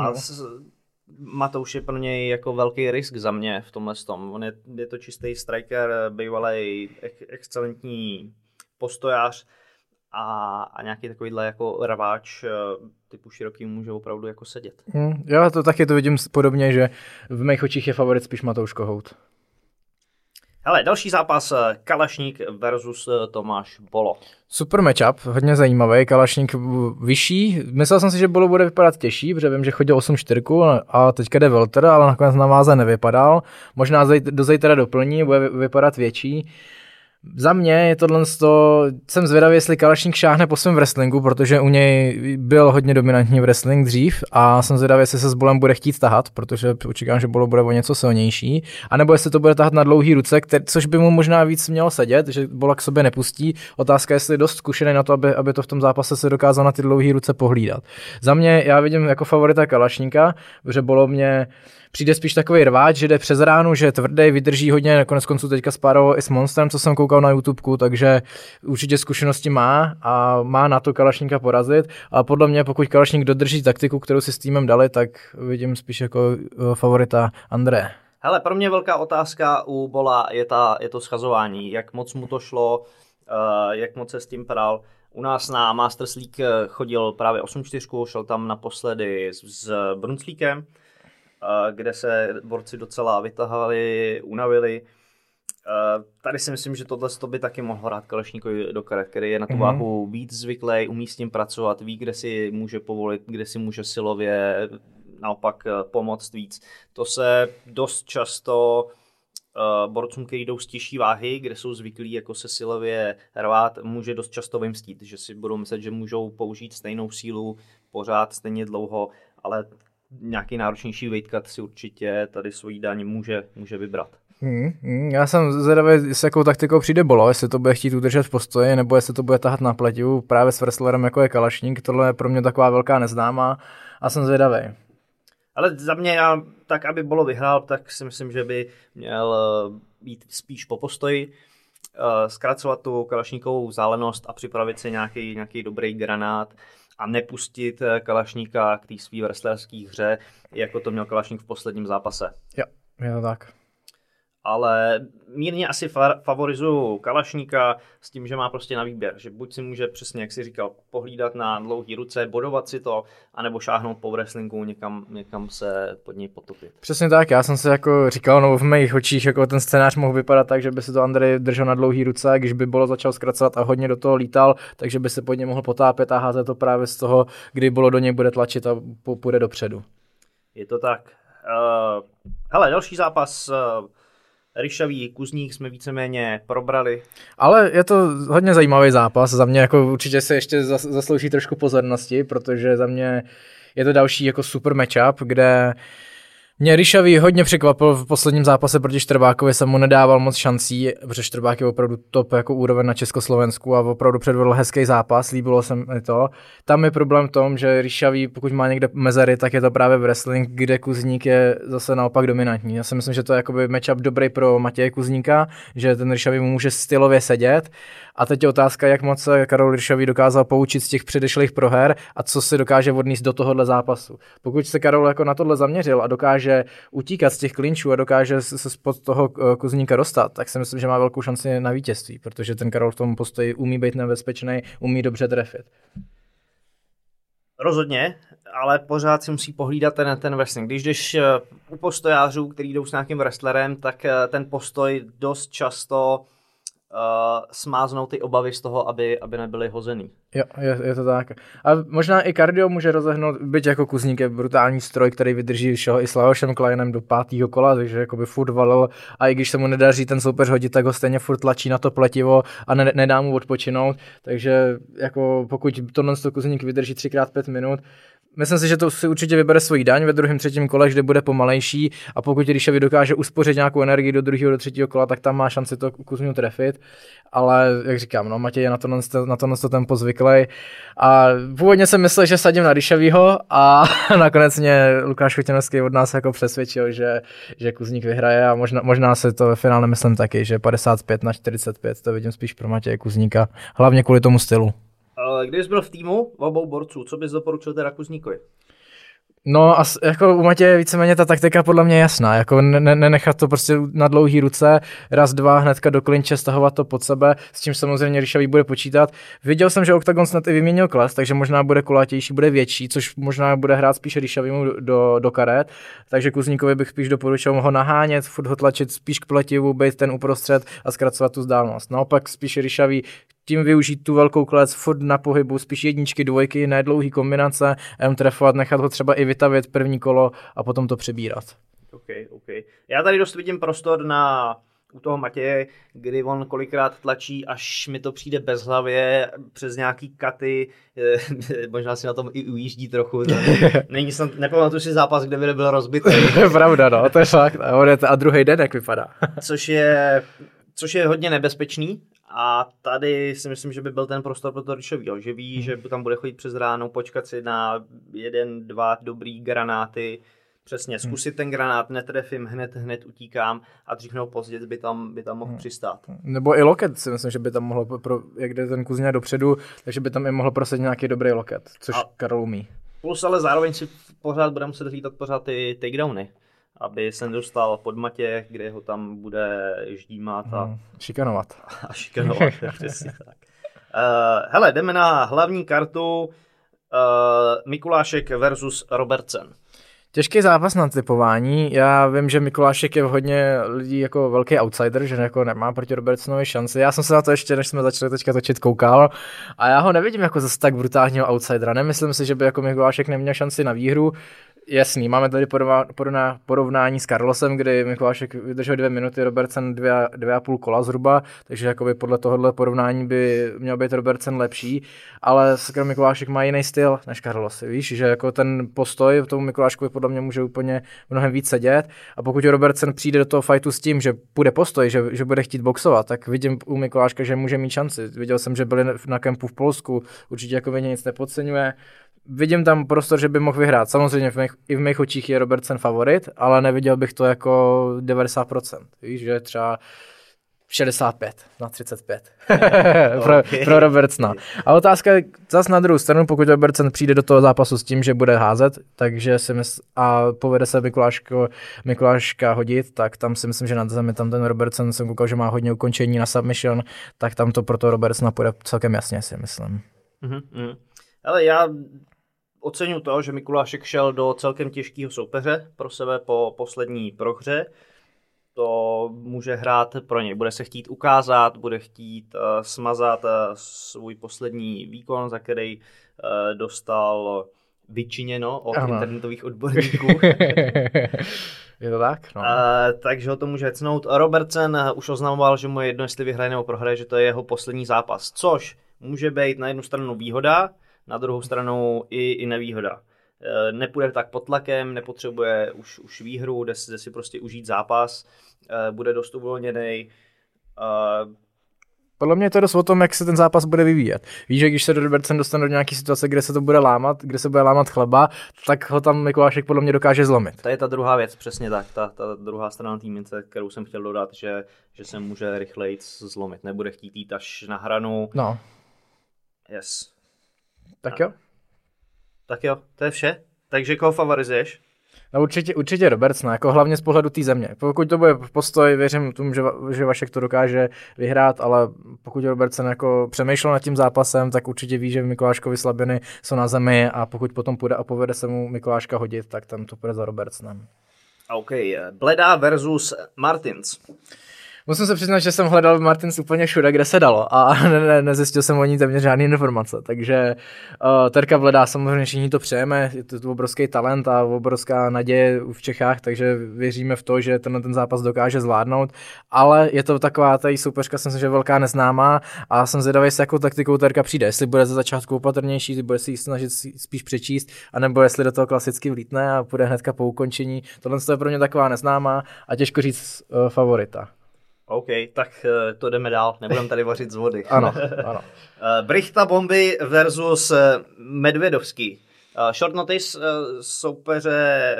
Matouš je pro něj jako velký risk za mě v tomhle tom. On je to čistý striker, bývalý excelentní postojář a nějaký takovýhle jako rváč typu Široký může opravdu jako sedět. Já to taky to vidím podobně, že v mých očích je favorit spíš Matouš Kohout. Hele, další zápas Kalašník versus Tomáš Bolo. Super matchup, hodně zajímavý, Kalašník vyšší. Myslel jsem si, že Bolo bude vypadat těžší, protože vím, že chodil 8-4 a teďka jde welter, ale nakonec na váze nevypadal. Možná do zítra doplní, bude vypadat větší. Za mě je tohle jsem zvědavý, jestli Kalašník šáhne po svém wrestlingu, protože u něj byl hodně dominantní wrestling dřív a jsem zvědavý, jestli se s Bolem bude chtít tahat, protože očekávám, že Bolo bude o něco silnější, anebo jestli to bude tahat na dlouhý ruce, což by mu možná víc mělo sedět, že Bola k sobě nepustí. Otázka, jestli je dost zkušený na to, aby to v tom zápase se dokázal na ty dlouhý ruce pohlídat. Za mě já vidím jako favorita Kalašníka, protože Bolo mě přijde spíš takový rváč, že jde přes ránu, že je tvrdý, vydrží hodně, konec konců teďka spároval i s Monstrem, co jsem koukal na YouTubeku, takže určitě zkušenosti má a má na to Kalašníka porazit, ale podle mě, pokud Kalašník dodrží taktiku, kterou si s týmem dali, tak vidím spíš jako favorita André. Hele, pro mě velká otázka u Bola je to schazování, jak moc mu to šlo, jak moc se s tím pral. U nás na Masters League chodil právě 8-4, šel tam naposledy s Brunclíkem. kde se borci docela vytahali, unavili. Tady si myslím, že tohle by taky mohlo hrát Kalašníkovi do karet, který je na tu váhu víc zvyklý, umí s tím pracovat, ví, kde si může povolit, kde si může silově naopak pomoct víc. To se dost často borcům, kteří jdou z těžší váhy, kde jsou zvyklí jako se silově rvát, může dost často vymstít, že si budou myslet, že můžou použít stejnou sílu pořád stejně dlouho, ale nějaký náročnější weight cut si určitě tady svojí daň může vybrat. Já jsem zvědavý, s jakou taktikou přijde Bolo, jestli to bude chtít udržet v postoji, nebo jestli to bude tahat na pletiu právě s wrestlerem jako je Kalašník. Tohle je pro mě taková velká neznámá a jsem zvědavý. Ale za mě, tak aby Bolo vyhrál, tak si myslím, že by měl být spíš po postoji, zkracovat tu Kalašníkovou vzdálenost a připravit si nějaký dobrý granát a nepustit Kalašníka k té svý wrestlerský hře, jako to měl Kalašník v posledním zápase. Jo, je to tak. Ale mírně asi favorizuju Kalašníka s tím, že má prostě na výběr, že buď si může přesně, jak jsi říkal, pohlídat na dlouhý ruce, bodovat si to, anebo šáhnout po wrestlingu někam se pod něj potopit. Přesně tak, já jsem si jako říkal, no v mých očích jako ten scénář mohl vypadat tak, že by si to Andrej držel na dlouhý ruce, když by Bolo začal zkracovat a hodně do toho lítal, takže by se pod něj mohl potápět a házet to právě z toho, kdy Bolo do něj bude tlačit a půjde dopředu. Je to tak. Hele, další zápas Ryšavý Kuzník jsme víceméně probrali. Ale je to hodně zajímavý zápas, za mě jako určitě se ještě zaslouží trošku pozornosti, protože za mě je to další jako super matchup, kde mě Ryšavý hodně překvapil v posledním zápase proti Štrbákovi, jsem mu nedával moc šancí, protože Štrbák je opravdu top jako úroveň na Československu a opravdu předvedl hezký zápas, líbilo se mi to. Tam je problém v tom, že Ryšavý, pokud má někde mezery, tak je to právě wrestling, kde Kuzník je zase naopak dominantní. Já si myslím, že to je jakoby matchup dobrý pro Matěje Kuzníka, že ten Ryšavý mu může stylově sedět. A teď je otázka, jak moc se Karol Ryšavý dokázal poučit z těch předešlých proher a co si dokáže odníst do tohohle zápasu. Pokud se Karol jako na tohle zaměřil a dokáže utíkat z těch klinčů a dokáže se spod toho Kuzníka dostat, tak si myslím, že má velkou šanci na vítězství, protože ten Karol v tom postoji umí být nebezpečný, umí dobře trefit. Rozhodně, ale pořád si musí pohlídat ten wrestling. Když jdeš u postojářů, který jdou s nějakým wrestlerem, tak ten postoj dost často smáznou ty obavy z toho, aby nebyly hozený. Jo, je to tak. A možná i kardio může rozehnout, byť jako Kuzník je brutální stroj, který vydrží šel i s Lajošem Kleinem do 5. kola, takže jakoby furt valil a i když se mu nedaří ten soupeř hodit, tak ho stejně furt tlačí na to pletivo a nedá mu odpočinout, takže jako pokud tohle Kuzník vydrží 3x5 minut, myslím si, že to si určitě vybere svoji daň ve 2., 3. kole, kde bude pomalejší a pokud Ryšavý dokáže uspořit nějakou energii do 2., do 3. kola, tak tam má šanci to Kuzňu trefit, ale jak říkám, no Matěj je na to tempo zvyklý a původně jsem myslel, že sadím na Ryšavýho a nakonec mě Lukáš Chotěnovský od nás jako přesvědčil, že Kuzník vyhraje a možná se to ve finále myslím taky, že 55-45 to vidím spíš pro Matěje Kuzníka, hlavně kvůli tomu stylu. Kdybys byl v týmu obou borců, co bys doporučil teda Kuzníkovi? No a jako u Matěje víceméně ta taktika podle mě je jasná, jako nenechat to prostě na dlouhý ruce, raz, dva, hnedka do klinče, stahovat to pod sebe, s čím samozřejmě Ryšavý bude počítat. Viděl jsem, že Octagon snad i vyměnil kles, takže možná bude kulatější, bude větší, což možná bude hrát spíš Ryšavýmu do karet, takže Kuzníkovi bych spíš doporučil ho nahánět, furt ho tlačit spíš k pletivu, být ten uprostřed a zkracovat tu vzdálenost. Naopak spíš Ryšavý tím využít tu velkou klec, furt na pohybu, spíš jedničky, dvojky, ne dlouhý kombinace, trefovat, nechat ho třeba i vytavět 1. kolo a potom to přebírat. OK. Já tady dost vidím prostor u toho Matěje, kdy on kolikrát tlačí, až mi to přijde bezhlavě, přes nějaký katy, možná si na tom i ujíždí trochu. Nepamatuji si zápas, kde by byl rozbitý. Pravda, no, to je fakt. A druhý den jak vypadá. Což je hodně nebezpečný. A tady si myslím, že by byl ten prostor pro to Ryšavýho, že ví, že tam bude chodit přes ráno, počkat si na 1, 2 dobrý granáty, přesně zkusit ten granát, netrefím, hned utíkám a dřív nebo později by tam mohl přistát. Nebo i loket si myslím, že by tam mohlo, jak jde ten Kuzňa dopředu, takže by tam i mohl prosadit nějaký dobrý loket, což Karol umí. Plus ale zároveň si pořád bude muset hlídat pořád ty takedowny, aby se nedostal pod Matě, kde ho tam bude ždímat a šikanovat. A šikanovat, přesně tak. Hele, jdeme na hlavní kartu Mikulášek versus Robertsen. Těžký zápas na typování. Já vím, že Mikulášek je hodně lidí jako velký outsider, že jako nemá proti Robertsonovi šanci. Já jsem se na to ještě, než jsme začali teďka točit, koukal a já ho nevidím jako zase tak brutálního outsidera. Nemyslím si, že by jako Mikulášek neměl šanci na výhru. Jasný, máme tady porovnání s Carlosem, kdy Mikulášek vydržel 2 minuty, Robertson 2,5 kola zhruba, takže jakoby podle tohohle porovnání by měl být Robertson lepší, ale Mikulášek má jiný styl než Carlos, víš, že jako ten postoj tomu Mikuláškovi podle mě může úplně mnohem víc sedět a pokud Robertson přijde do toho fightu s tím, že bude postoj, že bude chtít boxovat, tak vidím u Mikuláška, že může mít šanci. Viděl jsem, že byli na kempu v Polsku, určitě jako nic nepodceňuje. Vidím tam prostor, že by mohl vyhrát. Samozřejmě i v mých očích je Robertson favorit, ale neviděl bych to jako 90%. Víš, že třeba 65/35 pro Robertsona. A otázka je zase na druhou stranu, pokud Robertson přijde do toho zápasu s tím, že bude házet, takže a povede se Mikuláška hodit, tak tam si myslím, že na zemi tam ten Robertson, jsem koukal, že má hodně ukončení na submission, tak tam to pro toho Robertsona půjde celkem jasně, si myslím. Ale já oceňuji to, že Mikulášek šel do celkem těžkého soupeře pro sebe po poslední prohře. To může hrát pro něj. Bude se chtít ukázat, bude chtít smazat svůj poslední výkon, za který dostal vyčiněno od internetových odborníků. Je to tak? No. Takže ho to může hecnout. Robertson už oznamoval, že mu je jedno, jestli vyhraje nebo prohraje, že to je jeho poslední zápas. Což může být na jednu stranu výhoda, na druhou stranu i nevýhoda. Nepůjde tak pod tlakem, nepotřebuje už výhru, jde si prostě užít zápas, bude dost uvolněnej. Podle mě je to dost o tom, jak se ten zápas bude vyvíjet. Víš, že když se Robertson dostane do nějaké situace, kde se to bude lámat, kde se bude lámat chleba, tak ho tam Mikulášek podle mě dokáže zlomit. To je ta druhá věc, přesně tak. Ta druhá strana týmince, kterou jsem chtěl dodat, že se může rychleji zlomit. Nebude chtít jít až na hranu. No. Yes. Tak jo. Tak jo, to je vše. Takže koho favorizuješ? No určitě Robertsona, jako hlavně z pohledu té země. Pokud to bude postoj, věřím tomu, že Vašek to dokáže vyhrát, ale pokud Robertson jako přemýšlel nad tím zápasem, tak určitě ví, že Mikuláškovi slabiny jsou na zemi a pokud potom půjde a povede se mu Mikuláška hodit, tak tam to půjde za Robertsonem. OK, Bleda versus Martins. Musím se přiznat, že jsem hledal Martins úplně všude, kde se dalo a nezjistil jsem o ní téměř žádný informace, takže Terka Bleda, samozřejmě všichni to přejeme, je to obrovský talent a obrovská naděje v Čechách, takže věříme v to, že ten zápas dokáže zvládnout, ale je to taková tady soupeřka, jsem si, že je velká neznámá a jsem zvědavý, s jakou taktikou Terka přijde, jestli bude za začátku opatrnější, jestli bude si ji snažit spíš přečíst, anebo jestli do toho klasicky vlítne a půjde hnedka po ukončení. Tohle je pro mě taková neznámá a těžko říct favorita. OK, tak to jdeme dál, nebudeme tady vařit z vody. Ano. Brichta Bomby versus Medvedovský. Short notice soupeře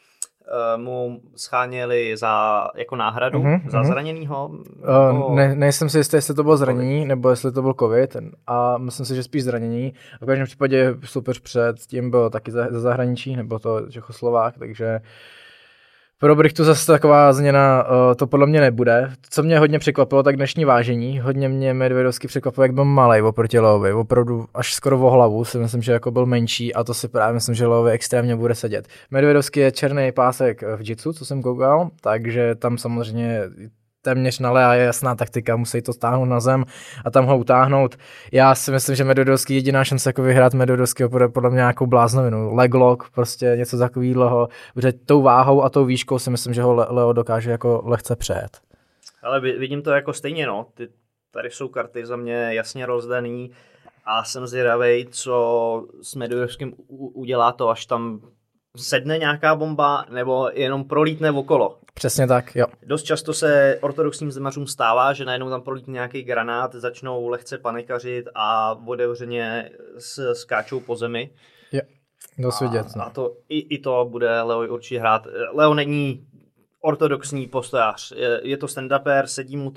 mu scháněli jako náhradu za zraněnýho? Nejsem si jistý, jestli to bylo zranění, nebo jestli to byl covid a myslím si, že spíš zranění. V každém případě soupeř před tím byl taky ze zahraničí, nebo to Čechoslovák, takže pro Brichtu zase taková změna to podle mě nebude. Co mě hodně překvapilo, tak dnešní vážení. Hodně mě Medvedovský překvapilo, jak byl malej oproti Leovi. Opravdu až skoro o hlavu si myslím, že jako byl menší a to si právě myslím, že Leovi extrémně bude sedět. Medvedovský je černý pásek v jitsu, co jsem koukal, takže tam samozřejmě téměř na Lea je jasná taktika, musí to stáhnout na zem a tam ho utáhnout. Já si myslím, že Medvedovský jediná šance jako vyhrát Medvedovského podle mě nějakou bláznovinu. Leglock, prostě něco takového, protože tou váhou a tou výškou si myslím, že ho Leo dokáže jako lehce přejet. Ale vidím to jako stejně, no. Tady jsou karty za mě jasně rozdaný a jsem zvědavej, co s Medvedovským udělá to, až tam sedne nějaká bomba nebo jenom prolítne okolo. Přesně tak, jo. Dost často se ortodoxním zemařům stává, že najednou tam prolítne nějaký granát, začnou lehce panikařit a otevřeně skáčou po zemi. Jo, dost vidět. A to, i to bude Leo určitě hrát. Leo není ortodoxní postojář. Je to stand-upper, sedí mu to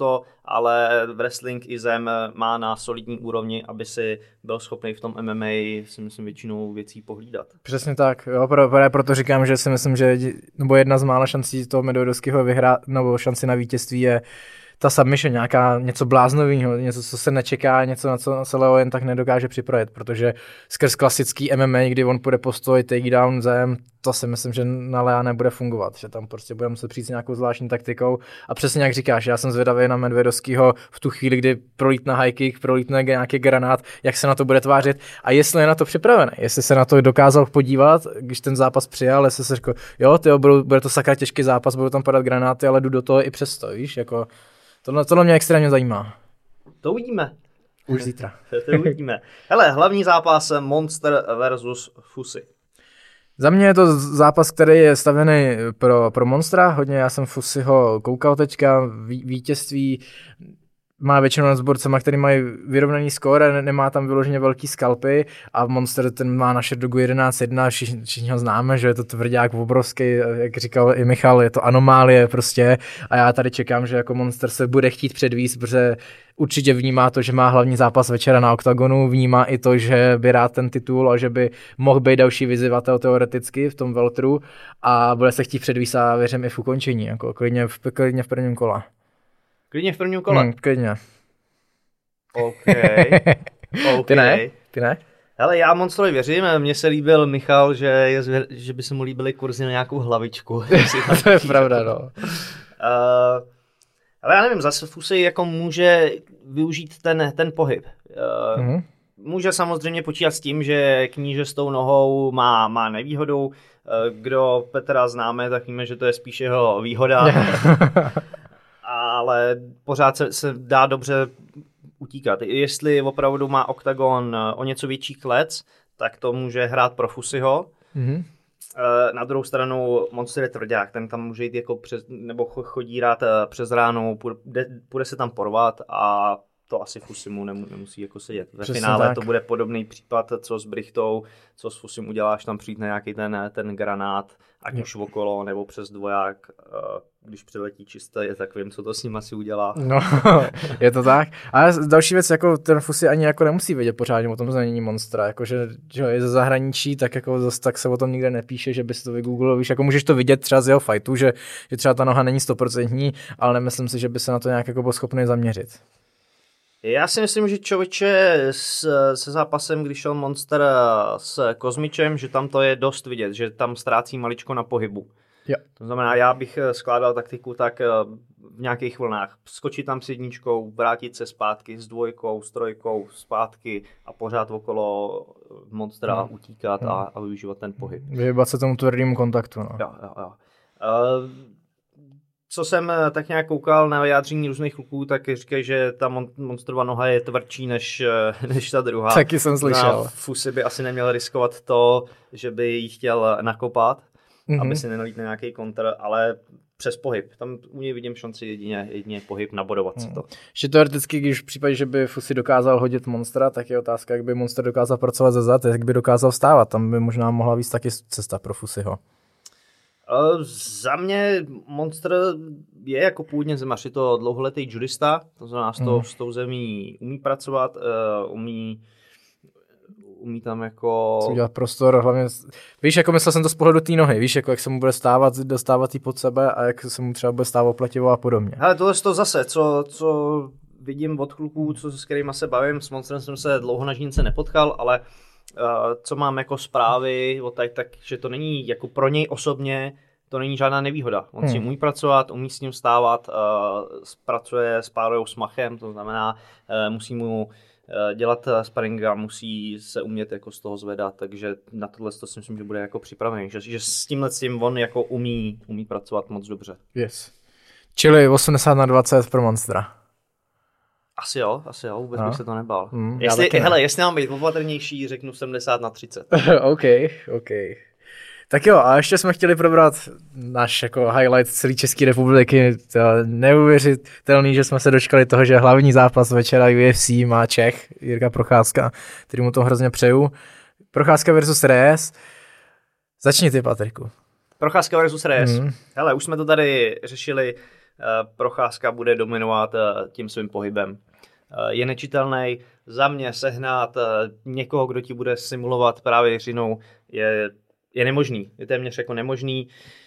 ale wrestling i zem má na solidní úrovni, aby si byl schopný v tom MMA si myslím většinou věcí pohlídat. Přesně tak, jo, proto říkám, že si myslím, že nebo jedna z mála šancí toho Medvedevského vyhrát, nebo šanci na vítězství je ta submission, něco bláznového, něco, co se nečeká, něco, na co se Leo jen tak nedokáže připravit, protože skrz klasický MMA, kdy on půjde postoj, takedown, zem, to si myslím, že na Lea nebude fungovat, že tam prostě bude muset přijít s nějakou zvláštní taktikou a přesně jak říkáš, já jsem zvědavý na Medvedovského v tu chvíli, kdy prolítne high kick, prolítne nějaký granát, jak se na to bude tvářit a jestli je na to připravený, jestli se na to dokázal podívat, když ten zápas přijal, jestli se řekl, jo, bude to sakra těžký zápas, budou tam padat granáty, ale jdu do toho i přesto, víš, jako tohle mě extrémně zajímá. To uvidíme. Už zítra. To uvidíme. Hele, hlavní zápas Monster versus Fusy. Za mě je to zápas, který je stavěný pro Monstra. Hodně já jsem Fusyho koukal teďka, vítězství má většinou nad sborcema, který mají vyrovnaný skóre, nemá tam vyloženě velký skalpy a Monster ten má na Sherdogu 11-1, všichni ho známe, že je to tvrdák obrovský, jak říkal i Michal, je to anomálie prostě a já tady čekám, že jako Monster se bude chtít předvíst, protože určitě vnímá to, že má hlavní zápas večera na OKTAGONu, vnímá i to, že by rád ten titul a že by mohl být další vyzývatel teoreticky v tom welteru a bude se chtít předvíst a věřím i v ukončení, jako klidně v prvním kole. Klidně v prvním kole? Klidně. Okay. Ty ne? Hele, já Monstrovi věřím, mně se líbil Michal, že by se mu líbily kurzy na nějakou hlavičku. To je pravda, no. Ale já nevím, zase Fusy jako může využít ten pohyb. Může samozřejmě počítat s tím, že kníže s tou nohou má nevýhodu. Kdo Petra známe, tak víme, že to je spíš jeho výhoda. Ale pořád se dá dobře utíkat. Jestli opravdu má OKTAGON o něco větší klec, tak to může hrát pro Fusyho. Na druhou stranu Monster je tvrdák, ten tam může jít jako nebo chodí rád přes ránu, půjde se tam porvat a to asi Fusymu nemusí jako sedět. Ve finále tak. To bude podobný případ, co s Brichtou, co s Fusym uděláš, tam přijít na nějaký ten granát, ať už okolo nebo přes dvoják, když přiletí čisté, tak vím, co to s ním asi udělá. No, je to tak. Ale další věc, jako ten Fusy ani jako nemusí vědět pořádně o tom zranění Monstra, jakože že je ze zahraničí, tak jako zase tak se o tom nikde nepíše, že by si to vygooglil, víš, jako můžeš to vidět třeba z jeho fightu, že třeba ta noha není 100%, ale nemyslím si, že by se na to nějak jako byl schopný zaměřit. Já si myslím, že člověče se zápasem, když šel Monster s Kozmičem, že tam to je dost vidět, že tam ztrácí maličko na pohybu. Jo. To znamená, já bych skládal taktiku tak v nějakých vlnách. Skočit tam s jedničkou, vrátit se zpátky s dvojkou, s trojkou, zpátky a pořád okolo Monstera utíkat a využívat ten pohyb. Vyhybat se tomu tvrdému kontaktu. No. Jo. Co jsem tak nějak koukal na vyjádření různých kluků, tak říkají, že ta Monsterova noha je tvrdší než ta druhá. Taky jsem slyšel. Fusy by asi neměl riskovat to, že by ji chtěl nakopat, aby si nenalítne nějaký kontr, ale přes pohyb. Tam u něj vidím šanci jedině pohyb, nabodovat si to. Ještě teoreticky, když v případě, že by Fusy dokázal hodit Monstera, tak je otázka, jak by Monster dokázal pracovat ze zad, jak by dokázal vstávat. Tam by možná mohla být taky cesta pro Fusyho. Za mě Monster je jako původně zemař, je to dlouholetý judista, to znamená s tou zemí umí pracovat, umí tam jako... udělat prostor, hlavně, víš, jako myslel jsem to z pohledu té nohy, víš, jako jak se mu bude dostávat jí pod sebe a jak se mu třeba bude stávat pletivo a podobně. Hele, tohle to zase, co vidím od kluků, s kterýma se bavím, s Monsterem jsem se dlouho na žínce nepotkal, ale co mám jako zprávy od tak, že to není jako pro něj osobně, to není žádná nevýhoda. On si umí pracovat, umí s ním vstávat, pracuje s párou s machem, to znamená, musí mu dělat sparring a musí se umět jako z toho zvedat, takže na tohle to si myslím, že bude jako připravený, že s tím on jako umí pracovat moc dobře. Yes. Čili 80-20 pro Monstera. Asi jo, vůbec bych se to nebál. Jestli mám být opatrnější, řeknu 70-30. OK. Tak jo, a ještě jsme chtěli probrat náš jako highlight celé České republiky. Neuvěřitelný, že jsme se dočkali toho, že hlavní zápas večera UFC má Čech, Jirka Procházka, který mu to hrozně přeju. Procházka versus Reyes. Začni ty, Patriku. Procházka versus Reyes. Hele, už jsme to tady řešili Procházka bude dominovat tím svým pohybem. Je nečitelný. Za mě sehnat někoho, kdo ti bude simulovat právě jiřinou, je nemožný. Je téměř jako nemožný.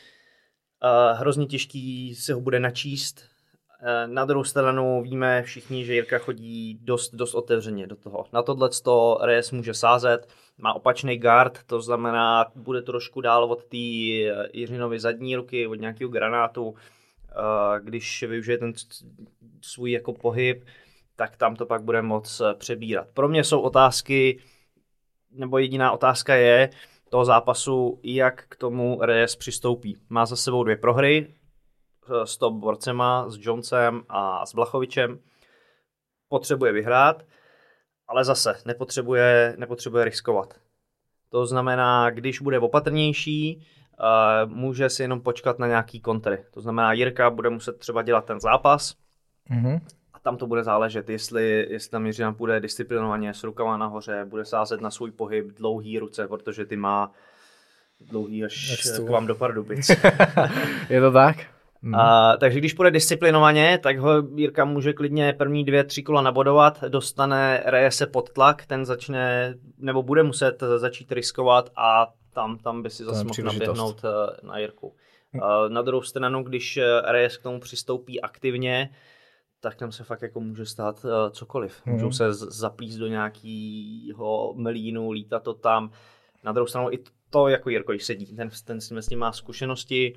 Hrozně těžký se ho bude načíst. Na druhou stranu víme všichni, že Jirka chodí dost otevřeně do toho. Na tohleto Reyes může sázet, má opačný guard, to znamená, bude trošku dál od té Jiřinovy zadní ruky, od nějakého granátu. Když využije ten svůj jako pohyb, tak tam to pak bude moc přebírat. Pro mě jsou otázky, nebo jediná otázka je toho zápasu, jak k tomu Reyes přistoupí. Má za sebou 2 prohry, s top borcema, s Jonesem a s Blachovičem. Potřebuje vyhrát, ale zase nepotřebuje riskovat. To znamená, když bude opatrnější, může si jenom počkat na nějaký kontry. To znamená, Jirka bude muset třeba dělat ten zápas a tam to bude záležet, jestli tam Jiřina půjde disciplinovaně s rukama nahoře, bude sázet na svůj pohyb, dlouhý ruce, protože ty má dlouhý až k vám do Pardubic. Je to tak? Takže když půjde disciplinovaně, tak ho Jirka může klidně první 2-3 kola nabodovat, dostane Reyese pod tlak, ten začne, nebo bude muset začít riskovat a tam by si zase mohl naběhnout na Jirku. Na druhou stranu, když Reyes k tomu přistoupí aktivně, tak tam se fakt jako může stát cokoliv. Můžou se zaplíst do nějakého melínu, lítat to tam. Na druhou stranu i to jako Jirko, když sedí, ten s ním má zkušenosti.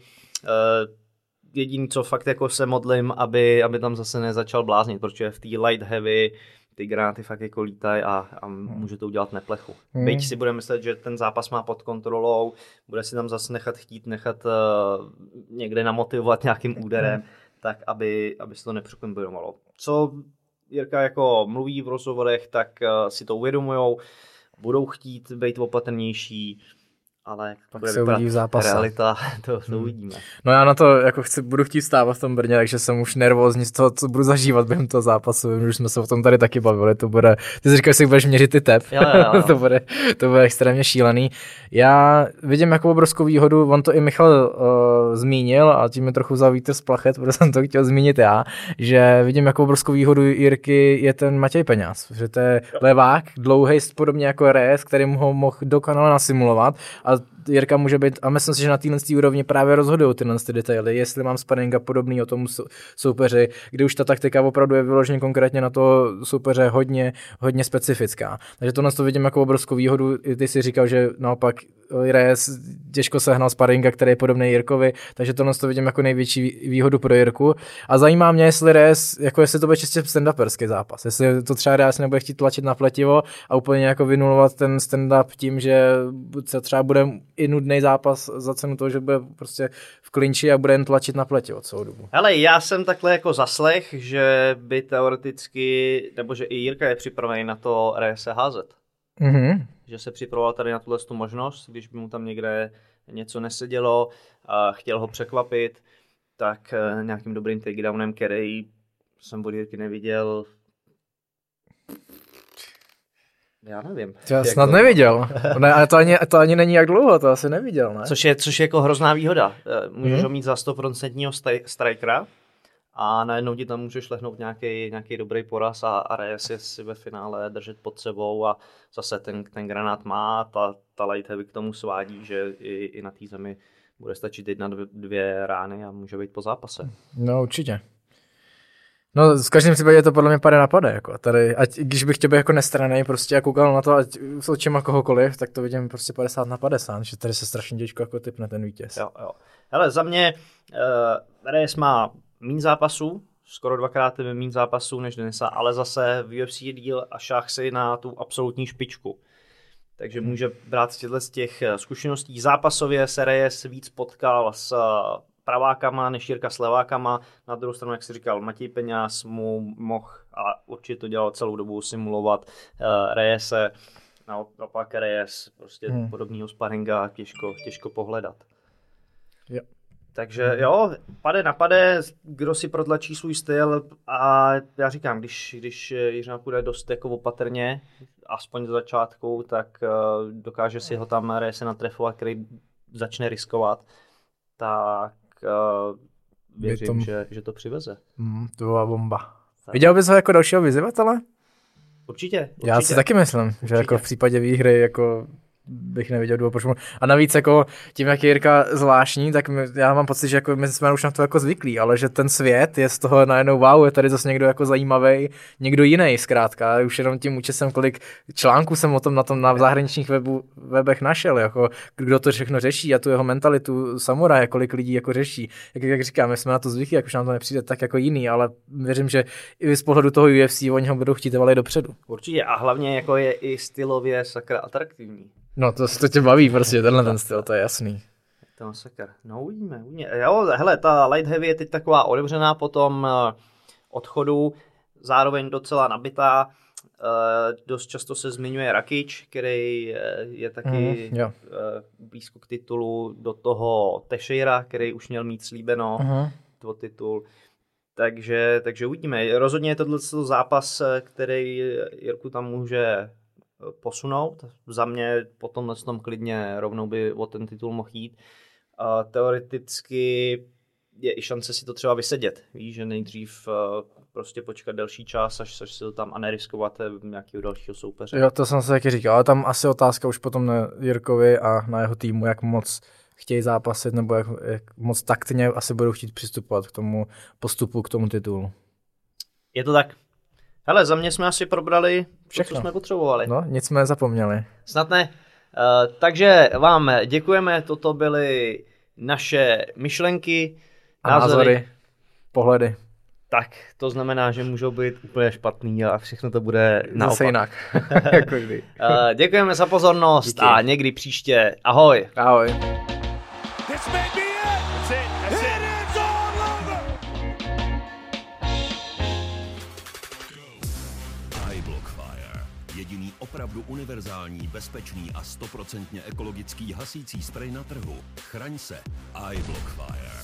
Jediný, co fakt jako se modlím, aby tam zase nezačal bláznit, protože v té light heavy ty granáty fakt jako lítají a může to udělat neplechu. Byť si bude myslet, že ten zápas má pod kontrolou, bude si tam zase nechat někde namotivovat nějakým úderem, tak aby se to nepřekombinovalo. Co Jirka jako mluví v rozhovorech, tak si to uvědomujou, budou chtít být opatrnější, ale pak bude se uvidí v zápase. Realita, to uvidíme. No já na to jako budu chtít stávat v tom Brně, takže jsem už nervózní z toho, co budu zažívat během toho zápasu. Už jsme se o tom tady taky bavili, ty si říkáš, že si budeš měřit ty tep. Jo. to bude extrémně šílený. Já vidím jako obrovskou výhodu, on to i Michal zmínil a tím mi trochu vzal vítr z plachet, protože jsem to chtěl zmínit já, že vidím jako obrovskou výhodu Jirky je ten Matěj Peňáz, že to je levák, dlouhej, podobně jako Reyes, který ho mohl dokonale nasimulovat a Jirka může být, a myslím si, že na téhle úrovni právě rozhodují tyhle detaily, jestli mám sparringa podobný o tomu soupeři, kdy už ta taktika opravdu je vyloženě konkrétně na to soupeře hodně specifická. Takže tohle to vidím jako obrovskou výhodu. Ty si říkal, že naopak Reyes těžko sehnal sparringa, který je podobný Jirkovi, takže tohle to vidím jako největší výhodu pro Jirku. A zajímá mě, jestli Reyes, jako jestli to bude čistě stand-uperský zápas, jestli to třeba Reyes nebude chtít tlačit na pletivo a úplně jako vynulovat ten stand-up tím, že třeba bude i nudný zápas za cenu toho, že bude prostě v klinči a bude jen tlačit na pletivo celou dobu. Hele, já jsem takhle jako zaslech, že by teoreticky, nebo že i Jirka je připravený na to Reyese házet. Že se připravoval tady na tuhle možnost, když by mu tam někde něco nesedělo a chtěl ho překvapit, tak nějakým dobrým takedownem, který jsem od Jirky neviděl. Já nevím. Já snad neviděl. Ne, ale to ani není jak dlouho, to asi neviděl, ne? Což je jako hrozná výhoda. Můžeš ho mít za 100% strikera a najednou ti tam můžeš lehnout nějaký dobrý poraz a Reyes je si ve finále držet pod sebou a zase ten granát má, ta light heavy k tomu svádí, že i na té zemi bude stačit 1-2 rány a může být po zápase. No určitě. No v každém případě to podle mě pade na pade, jako tady, ať když bych chtěl být jako nestranný prostě a koukal na to, ať s očima kohokoliv, tak to vidím prostě 50/50, že tady se strašně těžko jako typne ten vítěz. Jo. Hele, za mě Reyes má míň zápasů, skoro 2x míň zápasů než Denisa, ale zase v UFC je díl a šáh si na tu absolutní špičku. Takže může brát z těch zkušeností. Zápasově se Reyes víc potkal s pravákama než Jirka s levákama. Na druhou stranu, jak si říkal, Matěj Peňáz mu mohl, a určitě to dělal celou dobu, simulovat Reyese. Naopak Reyes prostě podobného sparringa těžko pohledat. Jo. Takže jo, pade na pade, kdo si protlačí svůj styl a já říkám, když Jiřina půjde dost jako opatrně, aspoň do začátku, tak dokáže si ho tam Reyese natrefovat, který začne riskovat, tak věřím, že to přiveze. To byla bomba. Tak. Viděl bys ho jako dalšího vyzývatele? Určitě. Já si taky myslím, že jako v případě výhry jako bych neviděl důvod, proč mu... A navíc jako tím, jak je Jirka zvláštní, tak já mám pocit, že jako my jsme už na to jako zvyklí, ale že ten svět je z toho najednou wow, je tady zase někdo jako zajímavý, někdo jiný zkrátka. Už jenom tím účesem, kolik článků jsem o tom na zahraničních webech našel, jako kdo to všechno řeší a tu jeho mentalitu samuraje, kolik lidí jako řeší. Jak říkám, my jsme na to zvyklí, jak už nám to nepřijde tak jako jiný, ale věřím, že i z pohledu toho UFC oni ho budou chtít valit dopředu. Určitě a hlavně jako je i stylově sakra atraktivní. No to tě baví prostě, tenhle ten styl, to je jasný. To je masakr. No uvidíme. Jo, hele, ta light heavy je teď taková otevřená po tom odchodu, zároveň docela nabitá. Dost často se zmiňuje Rakic, který je taky blízko k titulu, do toho Teixeira, který už měl mít slíbeno o titul. Takže uvidíme. Rozhodně je tohle zápas, který Jirku tam může posunout. Za mě po tomhle tom klidně rovnou by o ten titul mohl jít. Teoreticky je i šance si to třeba vysedět. Víš, že nejdřív prostě počkat delší čas, až se to tam a neriskovat nějakého dalšího soupeře. Jo, to jsem se taky říkal, ale tam asi otázka už potom na Jirkovi a na jeho týmu, jak moc chtějí zápasit, nebo jak moc taktně asi budou chtít přistupovat k tomu postupu, k tomu titulu. Je to tak. Hele, za mě jsme asi probrali všechno, co jsme potřebovali. No, nic jsme nezapomněli. Snad ne. Takže vám děkujeme, toto byly naše myšlenky, názory, pohledy. Tak, to znamená, že můžou být úplně špatný a všechno to bude naopak. Zase jinak. Jako kdy. Děkujeme za pozornost. Díky. A někdy příště. Ahoj. Ahoj. Jediný opravdu univerzální, bezpečný a 100% ekologický hasící sprej na trhu. Chraň se. iBlockfire.